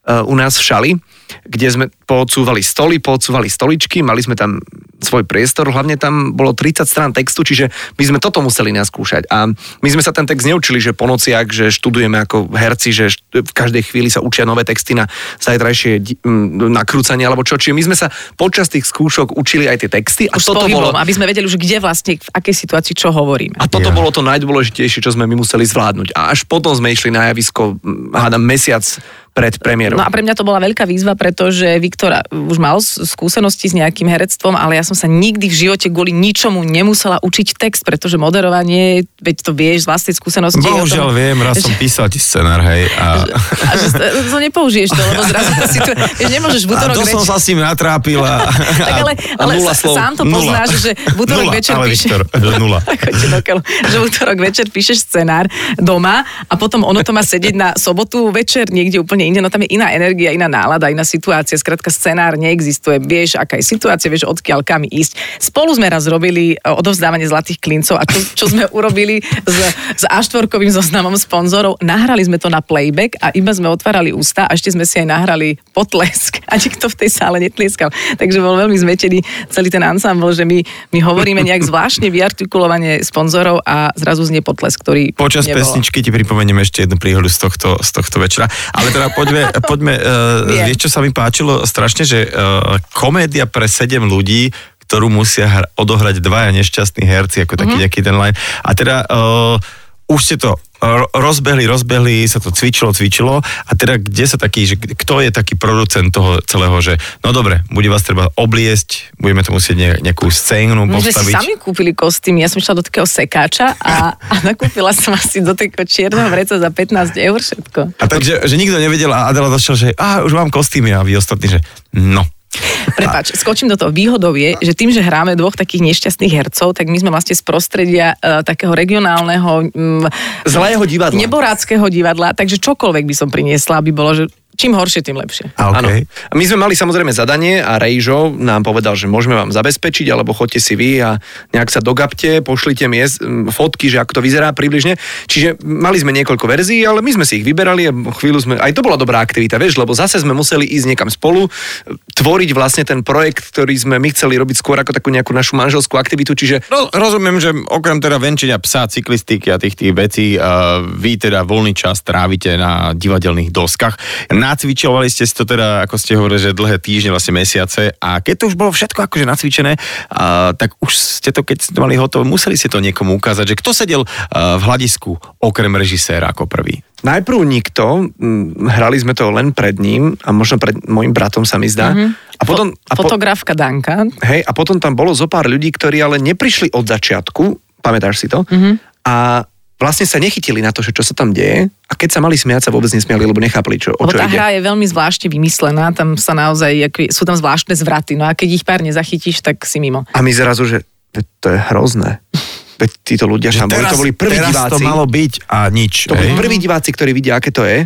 u nás v Šali, kde sme poodsúvali stoly, poodsúvali stoličky, mali sme tam svoj priestor, hlavne tam bolo tridsať strán textu, čiže my sme toto museli naskúšať. A my sme sa ten text neučili, že po nociach, že študujeme ako herci, že v každej chvíli sa učia nové texty na zajtrajšie nakrúcanie alebo čo. Čiže my sme sa počas tých skúšok učili aj tie texty. A už toto pohybom, bolo, aby sme vedeli už, kde vlastne, v akej situácii čo hovoríme. a toto Ja. bolo to najdôležitejšie, čo sme my museli zvládnuť. A až potom sme išli na javisko, hádam, mesiac pred premiérou. No a pre mňa to bola veľká výzva, pretože Viktor už mal skúsenosti s nejakým herectvom, ale ja som sa nikdy v živote kvôli ničomu nemusela učiť text, pretože moderovanie, veď to vieš z vlastnej skúsenosti. Bohužiaľ tom, viem, raz že, som písal ti scenár, hej. A, a že to nepoužiješ to, lebo zrazu to si tu, vieš, nemôžeš v a útorok to som večer. sa s ním natrápil. A, Tak ale, a ale nula sa- slov. sám to Nula. poznáš, že v útorok Nula, večer ale píšeš... Viktor, nula. Choďte do keľu. Že v útorok večer píšeš scenár doma a potom ono to má sedieť na sobotu večer niekde úplne inde, no tam je iná energia, iná nálada, iná situácia. Skrátka scenár neexistuje. Vieš, aká je situácia, vieš, odkiaľ kam ísť. Spolu sme raz robili odovzdávanie zlatých klincov a čo, čo sme urobili s, s á štyri zoznamom sponzorov, nahrali sme to na playback a iba sme otvárali ústa a ešte sme si aj nahrali potlesk a nikto v tej sále netlieskal. Takže bol veľmi zmetený celý ten ansámbl, že my, my hovoríme nejak zvláštne vyartikulovanie sponzorov a zrazu znie potlesk, ktorý Počas nebolo. pesničky ti pripomeniem ešte jednu príhodu z tohto, z tohto večera. Ale teda poďme, poďme uh, vieš, čo sa mi páčilo strašne, že uh, komédia pre sedem ľudí, ktorú musia hr- odohrať dvaja nešťastní herci, ako taký nejaký ten line. A teda uh, už ste to ro- rozbehli, rozbehli, sa to cvičilo, cvičilo a teda kde sa taký, že kto je taký producent toho celého, že no dobre, bude vás treba obliesť, budeme to musieť ne- nejakú scénu My sme si postaviť. sami kúpili kostýmy, ja som šla do takého sekáča a, a nakúpila som asi do takého čierneho vreca za pätnásť eur všetko. A takže, že nikto nevedel a Adela došiel, že a už mám kostýmy a vy ostatní, že no. Prepáč, skočím do toho. Výhodou je, že tým, že hráme dvoch takých nešťastných hercov, tak my sme vlastne z prostredia uh, takého regionálneho um, Zlého divadla. neboráckého divadla, takže čokoľvek by som priniesla, aby bolo, že čím horšie, tým lepšie. A Áno. okay. A my sme mali samozrejme zadanie a Rejžo nám povedal, že môžeme vám zabezpečiť, alebo chodte si vy a nejak sa dogapte, pošlite mi jes- fotky, že ako to vyzerá približne. Čiže mali sme niekoľko verzií, ale my sme si ich vyberali a chvíľu sme, aj to bola dobrá aktivita, vieš, lebo zase sme museli ísť niekam spolu, tvoriť vlastne ten projekt, ktorý sme my chceli robiť skôr ako takú nejakú našu manželskú aktivitu, čiže Ro- rozumiem, že okrem teda venčenia psa, cyklistiky a tých tých vecí, uh, vy teda voľný čas trávite na divadelných doskách. Nacvičovali ste si to teda, ako ste hovorili, že dlhé týždne, vlastne mesiace a keď to už bolo všetko akože nacvičené, uh, tak už ste to, keď ste mali hotové, museli ste to niekomu ukázať, že kto sedel uh, v hľadisku okrem režiséra ako prvý. najprv nikto, hm, hrali sme to len pred ním a možno pred môjim bratom sa mi zdá. Mm-hmm. A potom, a po, Fotografka Danka. hej, a potom tam bolo zo pár ľudí, ktorí ale neprišli od začiatku, pamätáš si to? Mm-hmm. A vlastne sa nechytili na to, že čo sa tam deje a keď sa mali smiať, sa vôbec nesmiali, lebo nechápali, čo, o Lebo čo tá ide. hra je veľmi zvláštne vymyslená, tam sa naozaj, ako, sú tam zvláštne zvraty, no a keď ich pár nezachytíš, tak si mimo. A my zrazu, že veď to je hrozné. Veď títo ľudia tam boli, to boli prví teraz diváci. to malo byť a nič. To boli hej? prví diváci, ktorí vidia, aké to je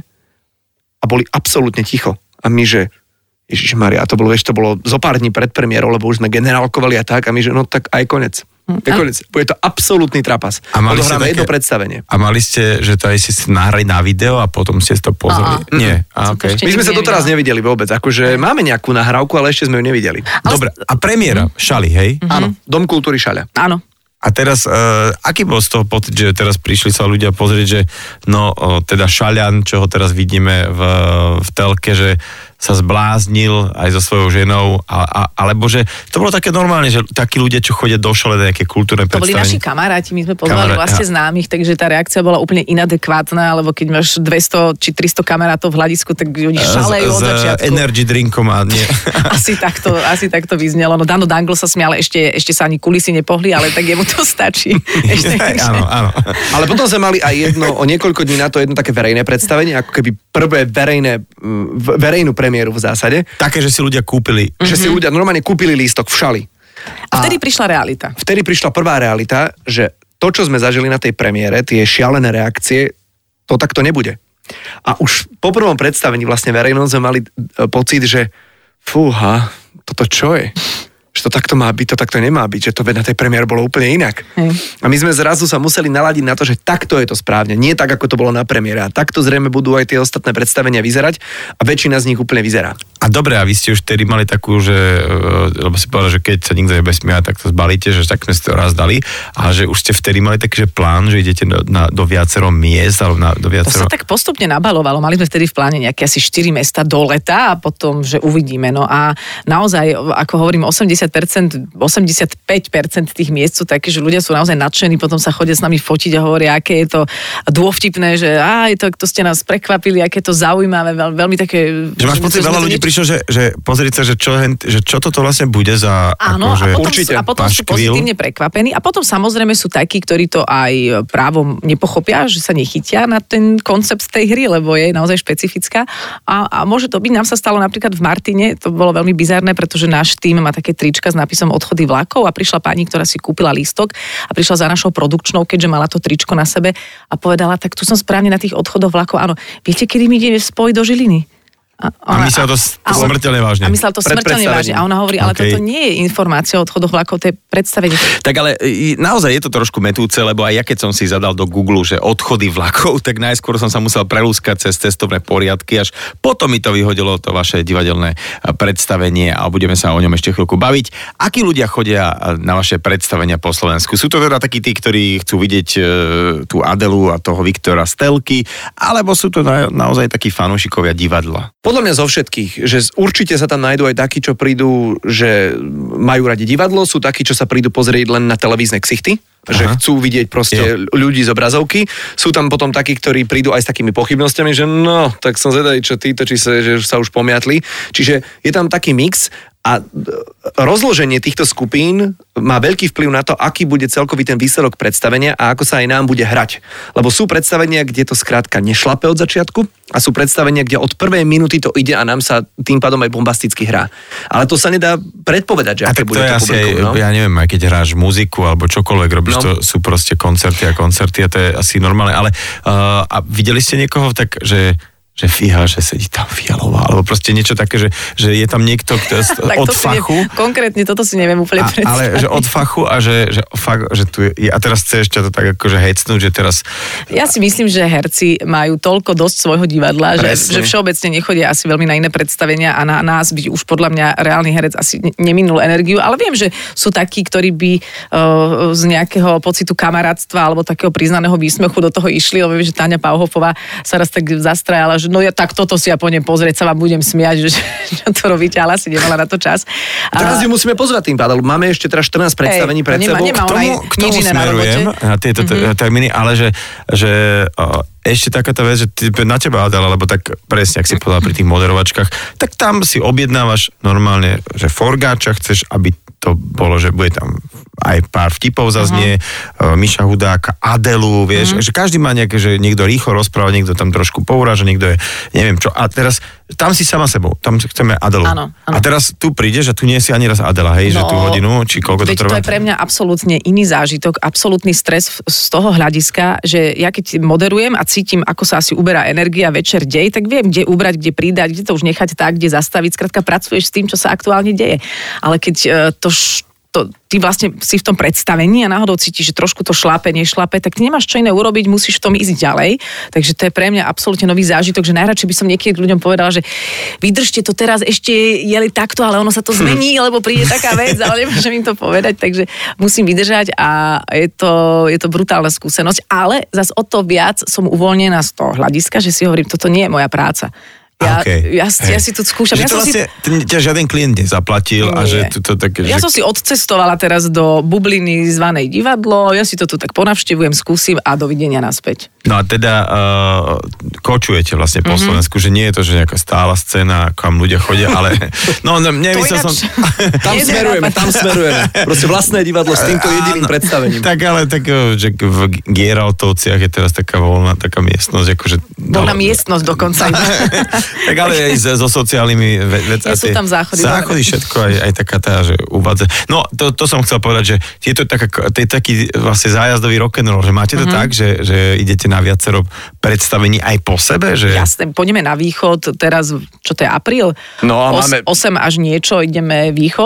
a boli absolútne ticho. A my, že Ježišmaria, a to bolo, vieš, to bolo zo pár dní pred premiérou, lebo už sme generálkovali a tak a my, že no tak aj konec. Je konec. Bude to absolútny trapas. A mali ste Odohráme také- jedno predstavenie. A mali ste, že to aj ste si nahrali na video a potom ste si to pozreli? Á, Nie. A, Som to okay. ešte My sme sa nikdy doteraz nevideli vôbec. Akože máme nejakú nahrávku, ale ešte sme ju nevideli. Dobre, a premiéra, Šali, hej? Áno, Dom kultúry Šaľa. Áno. A teraz, uh, aký bol z toho pocit, že teraz prišli sa ľudia pozrieť, že no, uh, teda Šaľan, čo ho teraz vidíme v, v telke, že sa zbláznil aj so svojou ženou, a, a, alebo že to bolo také normálne, že takí ľudia, čo chodia do šale na nejaké kultúrne To boli predstavenie. naši kamaráti, my sme pozvali Kamarát, vlastne ja. známych, takže tá reakcia bola úplne inadekvátna, lebo keď máš dvesto či tristo kamarátov v hľadisku, tak oni šalejú od S, začiatku. s energy drinkom a nie. Asi takto, asi takto vyznelo. No Dano Dangl sa smial, ešte, ešte sa ani kulisy nepohli, ale tak jemu to stačí. Ešte, takže- áno, áno. Ale potom sme mali aj jedno, o niekoľko dní na to jedno také verejné predstavenie, ako keby prvé verejné, mm, v- verejnú premiéru v zásade, Také, že si ľudia kúpili. že si ľudia normálne kúpili lístok v Šali. A vtedy prišla realita. Vtedy prišla prvá realita, že to, čo sme zažili na tej premiére, tie šialené reakcie, to takto nebude. A už po prvom predstavení vlastne verejnom sme mali e, pocit, že fúha, toto čo je? že to takto má byť, to takto nemá byť, že to na tej premiére bolo úplne inak. Hej. A my sme zrazu sa museli naladiť na to, že takto je to správne, nie tak, ako to bolo na premiére. A takto zrejme budú aj tie ostatné predstavenia vyzerať a väčšina z nich úplne vyzerá. A dobre, a vy ste už tedy mali takú, že, lebo si povedal, že keď sa nikto nebude smiať, tak to zbalíte, že tak sme si to raz dali, a že už ste vtedy mali taký, že plán, že idete do, na, do viacero miest, alebo na, do viacero... To sa tak postupne nabalovalo. Mali sme vtedy v pláne nejaké asi štyri mesta do leta a potom, že uvidíme. No a naozaj, ako hovorím, osemdesiat percent, osemdesiatpäť percent tých miest sú také, že ľudia sú naozaj nadšení, potom sa chodia s nami fotiť a hovoria, aké je to dôvtipné, že aj to, to ste nás prekvapili, aké to zaujímavé, veľ, veľmi také... Že máš pocit, veľa ľudí niečo... prišlo, že, že pozrite sa, že čo, že čo toto vlastne bude za... Áno, akože, a potom, určite, a potom sú pozitívne prekvapení a potom samozrejme sú takí, ktorí to aj právom nepochopia, že sa nechytia na ten koncept tej hry, lebo je naozaj špecifická a, a môže to byť, nám sa stalo napríklad v Martine, to bolo veľmi bizarné, pretože náš tím má také trička s nápisom Odchody vlakov a prišla pani, ktorá si kúpila lístok a prišla za našou produkčnou, keďže mala to tričko na sebe a povedala, tak tu som správne na tých odchodoch vlakov, áno, viete, kedy mi ide spoj do Žiliny? A, ona, a myslela to, to smrteľne vážne. A myslela to smrteľne vážne. A ona hovorí, ale okay. Toto nie je informácia o odchodoch vlakov, to je predstavenie. Tak ale naozaj je to trošku metúce, lebo aj ja keď som si zadal do Google, že odchody vlakov, tak najskôr som sa musel prelúskať cez cestovné poriadky, až potom mi to vyhodilo to vaše divadelné predstavenie a budeme sa o ňom ešte chvíľku baviť. Akí ľudia chodia na vaše predstavenia po Slovensku? Sú to teda takí tí, ktorí chcú vidieť tú Adelu a toho Viktora Stelky, alebo sú to na, naozaj takí fanúšikovia divadla? Podľa mňa zo všetkých, že určite sa tam nájdú aj takí, čo prídu, že majú radi divadlo, sú takí, čo sa prídu pozrieť len na televízne ksichty, že Aha. chcú vidieť proste jo. ľudí z obrazovky. Sú tam potom takí, ktorí prídu aj s takými pochybnosťami, že no, tak som zvedavý, čo títo, či sa, že sa už pomiatli. Čiže je tam taký mix a rozloženie týchto skupín má veľký vplyv na to, aký bude celkový ten výsledok predstavenia a ako sa aj nám bude hrať. Lebo sú predstavenia, kde to skrátka nešlape od začiatku a sú predstavenia, kde od prvej minúty to ide a nám sa tým pádom aj bombasticky hrá. Ale to sa nedá predpovedať, že aké bude to, to publikum. No? Ja neviem, aj keď hráš muziku alebo čokoľvek robíš, no. To sú proste koncerty a koncerty a to je asi normálne. Ale uh, a videli ste niekoho tak, že že fíha, že sedí tam Fialová, alebo proste niečo také, že, že je tam niekto kto od fachu. Ne, konkrétne toto si neviem úplne predstaviť. Ale že od fachu a že, že, fakt, že tu je, a teraz chceš to tak akože hecnúť, že teraz... Ja si myslím, že herci majú toľko dosť svojho divadla, že, že všeobecne nechodia asi veľmi na iné predstavenia a na nás by už podľa mňa reálny herec asi neminul energiu, ale viem, že sú takí, ktorí by uh, z nejakého pocitu kamarátstva alebo takého priznaného výsmechu do toho išli, lebo viem, že Táňa Pauhofová sa raz tak zastrajala, že no ja tak toto si ja pôjdem pozrieť, sa vám budem smiať, že čo to robíte, ale asi nemala na to čas. Teraz ju musíme pozvať tým pádom. Máme ešte teraz štrnásť predstavení pred sebou. Nemá, k tomu, k tomu smerujem na, na tieto mm-hmm. termíny, ale že, že o, ešte takáto vec, že ty, na teba, Adela, lebo tak presne, ak si povedal pri tých moderovačkách, tak tam si objednávaš normálne, že forgáča chceš, aby to bolo, že bude tam aj pár vtipov zaznie, uh-huh. Miša Hudáka, Adelu, vieš, uh-huh. že každý má nejaké, že niekto rýchlo rozpráva, niekto tam trošku pouráža, niekto je, neviem čo. A teraz tam si sama sebou, tam chceme Adelu. Áno, áno. A teraz tu prídeš a tu nie si ani raz Adela, hej, no, že tú hodinu, či koľko to trvá. To je pre mňa absolútne iný zážitok, absolútny stres z toho hľadiska, že ja keď moderujem a cítim, ako sa asi uberá energia večer dej, tak viem, kde ubrať, kde pridať, kde to už nechať tak, kde zastaviť, skrátka pracuješ s tým, čo sa aktuálne deje. Ale keď to To, ty vlastne si v tom predstavení a náhodou cítiš, že trošku to šlape, nešlape, tak ty nemáš čo iné urobiť, musíš v tom ísť ďalej. Takže to je pre mňa absolútne nový zážitok, že najradšej by som niekedy ľuďom povedala, že vydržte to teraz ešte jeli takto, ale ono sa to zmení, lebo príde taká vec, ale nemôžem im to povedať, takže musím vydržať a je to, je to brutálna skúsenosť, ale zas o to viac som uvoľnená z toho hľadiska, že si hovorím, toto nie je moja práca. Ja, okay. ja, ja si tu skúšam. Že ja to som vlastne, si... ťa žiaden klient nezaplatil a že to, to také... Ja že... som si odcestovala teraz do bubliny zvanej divadlo, ja si to tu tak ponavštevujem, skúsim a dovidenia naspäť. No a teda uh, kočujete vlastne po mm-hmm. Slovensku, že nie je to, že nejaká stála scéna, kam ľudia chodia, ale... No, no nemyslel som... Tam smerujeme, tam smerujeme. Proste vlastné divadlo s týmto jediným no, predstavením. Tak ale tak, že v Gierautovciach je teraz taká voľná taká miestnosť, akože... Voľná miestnosť dokonca. Tak ale aj so sociálnymi vecami. Ja sú tam záchody. Záchody, všetko, aj, aj taká tá, že uvádza. No, to, to som chcel povedať, že je to, taká, to je taký vlastne zájazdový rock'n'roll, že máte to mm-hmm. tak, že, že idete na viacero predstavení aj po sebe? Že... Jasné, pôjdeme na východ, teraz, čo to je apríl? No a máme... osem až niečo, ideme východ.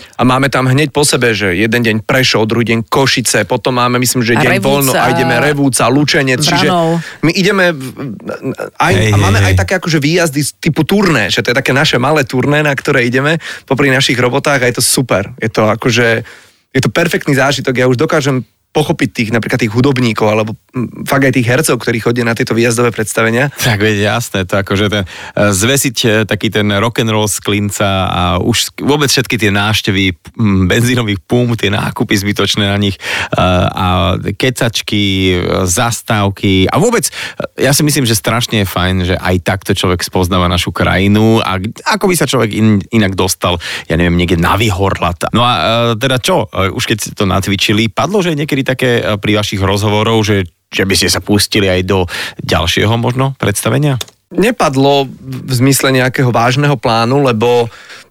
A máme tam hneď po sebe, že jeden deň Prešov, druhý deň Košice, potom máme, myslím, že deň Revúca, voľno a ideme Revúca, Lučenec, čiže my ideme aj, hej, a máme hej, aj hej. také akože výjazdy typu turné, že to je také naše malé turné, na ktoré ideme popri našich robotách a je to super. Je to akože, je to perfektný zážitok, ja už dokážem pochopiť tých, napríklad tých hudobníkov, alebo m, fakt aj tých hercov, ktorí chodia na tieto výjazdové predstavenia. Tak veď jasné, to akože ten, zvesiť e, taký ten rock'n'roll z klinca a už vôbec všetky tie návštevy m, benzínových pump, tie nákupy zbytočné na nich a, a kecačky, zastávky a vôbec, ja si myslím, že strašne je fajn, že aj takto človek spoznáva našu krajinu a ako by sa človek in, inak dostal, ja neviem, niekde na Vyhorlat. No a e, teda čo, e, už keď ste to natvičili, padlo, že niekedy také pri vašich rozhovoroch, že, že by ste sa pustili aj do ďalšieho možno predstavenia? Nepadlo v zmysle nejakého vážneho plánu, lebo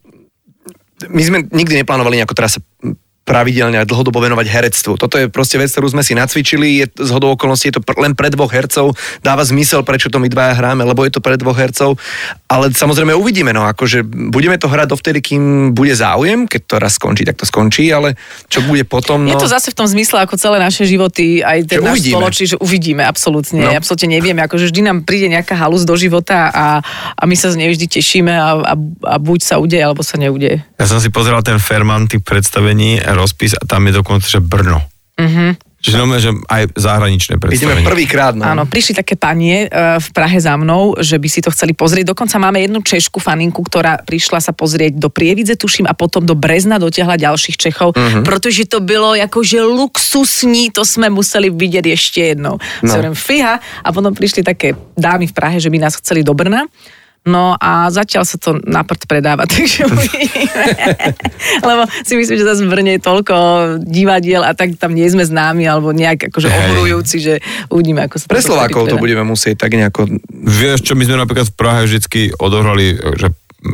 my sme nikdy neplánovali nejako teraz sa pravidelne a dlhodobo venovať herectvu. Toto je proste vec, ktorú sme si nacvičili, je zhodou okolností, je to pr- len pre dvoch hercov, dáva zmysel, prečo to my dvaja hráme, lebo je to pre dvoch hercov, ale samozrejme uvidíme, no akože budeme to hrať dovtedy, kým bude záujem, keď to raz skončí, tak to skončí, ale čo bude potom, no... Je to zase v tom zmysle, ako celé naše životy, aj ten náš spoločný, že uvidíme, absolútne, no. absolútne nevieme, akože vždy nám príde nejaká halus do života a, a my sa z nej vždy tešíme a, a, a buď sa udeje, alebo sa neudeje. Ja som si pozeral ten Ferman tých predstavení, rozpis a tam je dokonca, že Brno. Mhm. Čiže znamená, že aj zahraničné predstavenie. Ideme prvýkrát, no. Áno, prišli také panie uh, v Prahe za mnou, že by si to chceli pozrieť. Dokonca máme jednu Češku faninku, ktorá prišla sa pozrieť do Prievidze, tuším, a potom do Brezna dotiahla ďalších Čechov, uh-huh. pretože to bylo akože luxusní, to sme museli vidieť ešte jednou. No. Som fíha, a potom prišli také dámy v Prahe, že by nás chceli do Brna. No a zatiaľ sa to na prd predáva, takže uvidíme. Lebo si myslím, že zase v Brne je toľko divadiel a tak tam nie sme známi alebo nejak akože ohorujúci, že uvidíme, ako sa to... Pre Slovákov to budeme musieť tak nejako... Vieš čo, my sme napríklad v Prahe vždycky odohrali, že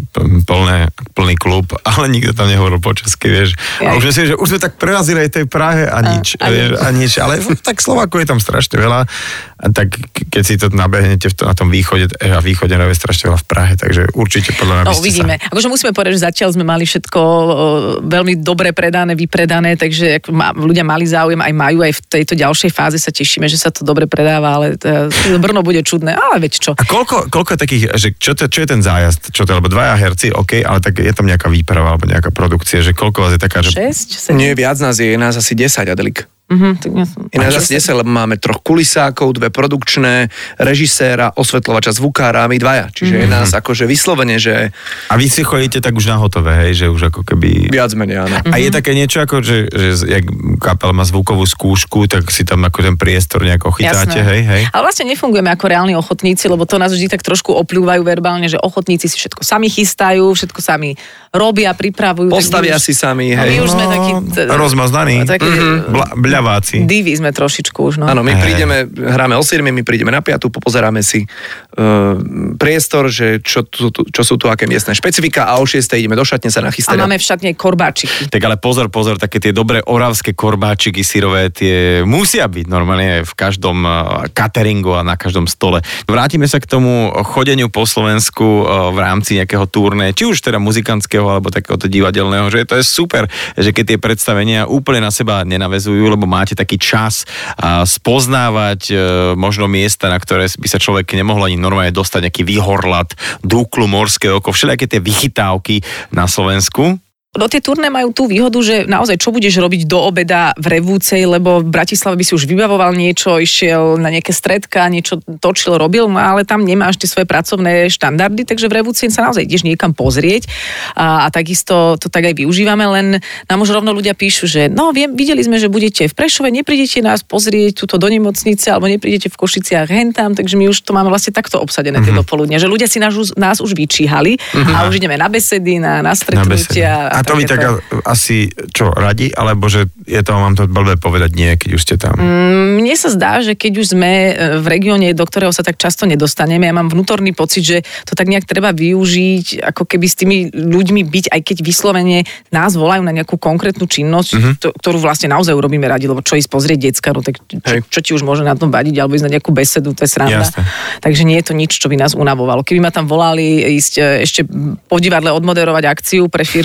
plné, plný klub, ale nikto tam nehovoril po česky, vieš. A už myslím, že už sme tak prerazili aj tej Prahe a nič, a, a, vieš, a nič, ale tak Slovákov je tam strašne veľa a tak keď si to nabehnete v to, na tom východe, a východe je strašne veľa v Prahe, takže určite podľa mňa no, uvidíme. Sa... Akože musíme povedať, že zatiaľ sme mali všetko veľmi dobre predané, vypredané, takže ľudia mali záujem, aj majú, aj v tejto ďalšej fáze sa tešíme, že sa to dobre predáva, ale to, Brno bude čudné, ale veď čo. A koľko, koľko je takých, že čo, to, čo je ten zájazd, čo to, lebo dvaja herci, OK, ale tak je tam nejaká výprava alebo nejaká produkcia, že koľko vás je taká, že... šesť, sedem Nie, viac nás je, je nás asi desať, Adelik. Uh-huh, tak ja som... Je nás asi desať, lebo máme troch kulisákov, dve produkčné, režiséra, osvetľovača, zvukára a my dvaja. Čiže uh-huh. je nás akože vyslovene, že... A vy si chodíte tak už na hotové, hej, že už ako keby... Viac menej, áno. A je také niečo ako, že, že jak kapela má zvukovú skúšku, tak si tam ako ten priestor nejako chytáte, hej, hej. Ale vlastne nefungujeme ako reálni ochotníci, lebo to nás vždy tak trošku opľúvajú verbálne, že ochotníci si všetko sami chystajú, všetko sami robia, pripravujú. Postavia si sami, hej. My už sme no, takí... rozmaznaní. Takí... Mm-hmm. Bľaváci. Diví sme trošičku už, no. Áno, my prídeme, hráme o siedmej, my prídeme na piatu, popozeráme si uh, priestor, že čo, tu, čo sú tu aké miestne špecifika a o šiestej ideme do šatne sa nachystať. A máme v šatne korbáčiky. Tak ale pozor, pozor, také tie dobré oravské korbáčiky syrové, tie musia byť normálne v každom cateringu a na každom stole. Vrátime sa k tomu chodeniu po Slovensku v rámci nejakého turné, či už teda muzikantského alebo takéhoto divadelného, že to je super, že keď tie predstavenia úplne na seba nenavezujú, lebo máte taký čas a spoznávať e, možno miesta, na ktoré by sa človek nemohol ani normálne dostať, nejaký Vyhorlat, Dúklu, Morské oko, všelijaké tie vychytávky na Slovensku. No tie turné majú tú výhodu, že naozaj čo budeš robiť do obeda v Revúcej, lebo v Bratislave by si už vybavoval niečo, išiel na nejaké stredka, niečo točil, robil, ale tam nemáš tie svoje pracovné štandardy, takže v Revúcej sa naozaj ideš niekam pozrieť a, a takisto to tak aj využívame, len nám už rovno ľudia píšu, že no viem, videli sme, že budete v Prešove, neprídete nás pozrieť túto do nemocnice alebo neprídete v Košiciach hentam, takže my už to máme vlastne takto obsadené mm-hmm. tie dopoludnia, že ľudia si nás, nás už vyčíhali mm-hmm. a už ideme na besedy, na, na stretnutia. A to vy tak asi, čo, radi? Alebo že je to, mám to blbé povedať nie, keď už ste tam? Mne sa zdá, že keď už sme v regióne, do ktorého sa tak často nedostaneme, ja mám vnútorný pocit, že to tak nejak treba využiť, ako keby s tými ľuďmi byť, aj keď vyslovene nás volajú na nejakú konkrétnu činnosť, mm-hmm. to, ktorú vlastne naozaj urobíme radi, lebo čo ísť pozrieť decka, no tak čo, čo ti už môže na tom vadiť, alebo ísť na nejakú besedu, to je sranda. Jasne. Takže nie je to nič, čo by nás unavovalo. Keby ma tam volali ísť ešte po divadle odmoderovať akciu pre firmu X,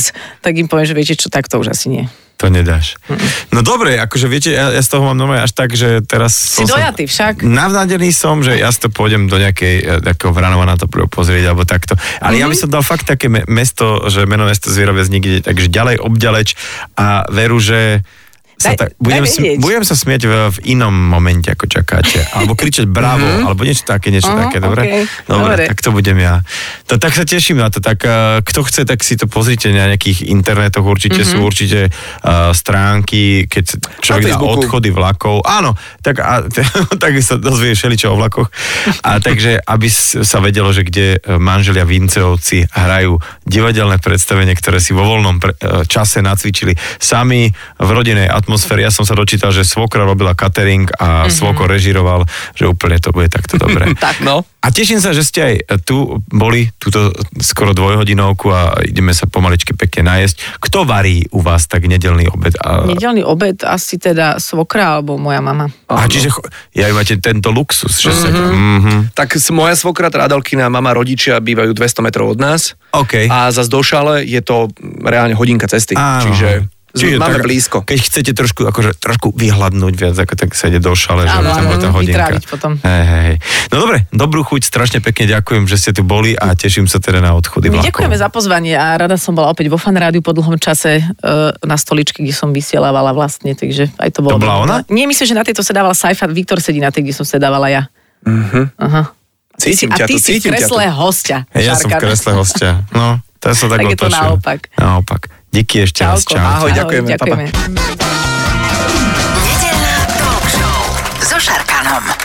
X, tak im poviem, že viete čo, tak to už asi nie. To nedáš. No dobre, akože viete, ja, ja z toho mám normálne až tak, že teraz... Si dojatý však. Navnádený som, že ja si to pôjdem do nejakej, takého Vranova na to prvé pozrieť, alebo takto. Ale mm-hmm. ja by som dal fakt také me- mesto, že meno mesto Zvierovec nikde, takže ďalej obďaleč a veru, že... Sa Daj, tak, budem, daj budem sa smieť v, v inom momente, ako čakáte. Alebo kričať bravo, mm-hmm. alebo niečo také, niečo uh-huh, také, dobre? Okay. Dobre, dobre, tak to budem ja. To, tak sa teším na to. Tak uh, kto chce, tak si to pozrite na nejakých internetoch, určite mm-hmm. sú určite uh, stránky, keď človek dá odchody vlakov. Áno, tak, a, tak sa dozvie všeličo o vlakoch. A takže, aby sa vedelo, že kde manželia Vinceovci hrajú divadelné predstavenie, ktoré si vo voľnom pre, uh, čase nacvičili sami v rodinej atmosfére. Ja som sa dočítal, že svokra robila catering a mm-hmm. svoko režiroval, že úplne to bude takto dobre. Tak no. A teším sa, že ste aj tu boli, túto skoro dvojhodinovku a ideme sa pomaličky pekne najesť. Kto varí u vás tak nedelný obed? A... Nedelný obed asi teda svokra alebo moja mama. A čiže ja máte tento luxus, že mm-hmm. sa... Mm-hmm. Tak moja svokra, Adalkina, mama, rodičia bývajú dvesto metrov od nás. Okay. A za Došale je to reálne hodinka cesty. Áno. Čiže... Čiže máme tak, blízko. Keď chcete trošku, akože, trošku vyhľadnúť viac, ako tak sa ide do šale, že tam bude tá hodinka. Potom. Hej, hej. No dobre, dobrú chuť, strašne pekne ďakujem, že ste tu boli a teším sa teda na odchody My vlakov. ďakujeme za pozvanie a rada som bola opäť vo Fan Rádiu po dlhom čase e, na stoličke, kde som vysielávala vlastne, takže aj to bolo... To bola ona? Nie, myslím, že na tejto sedávala Saifa, Viktor sedí na tej, kde som sedávala ja. Uh-huh. Aha. Cítim a ťa ty tu, si v cítim ťa kresle tu. hostia. Hej, ja som v kresle hostia. No, to sa tak, tak je to otočil. naopak. Naopak. Díky ešte raz. Čauko. Čau. Ahoj, ďakujeme. Ahoj, ďakujeme. Nedeľná talk show so Šarkanom.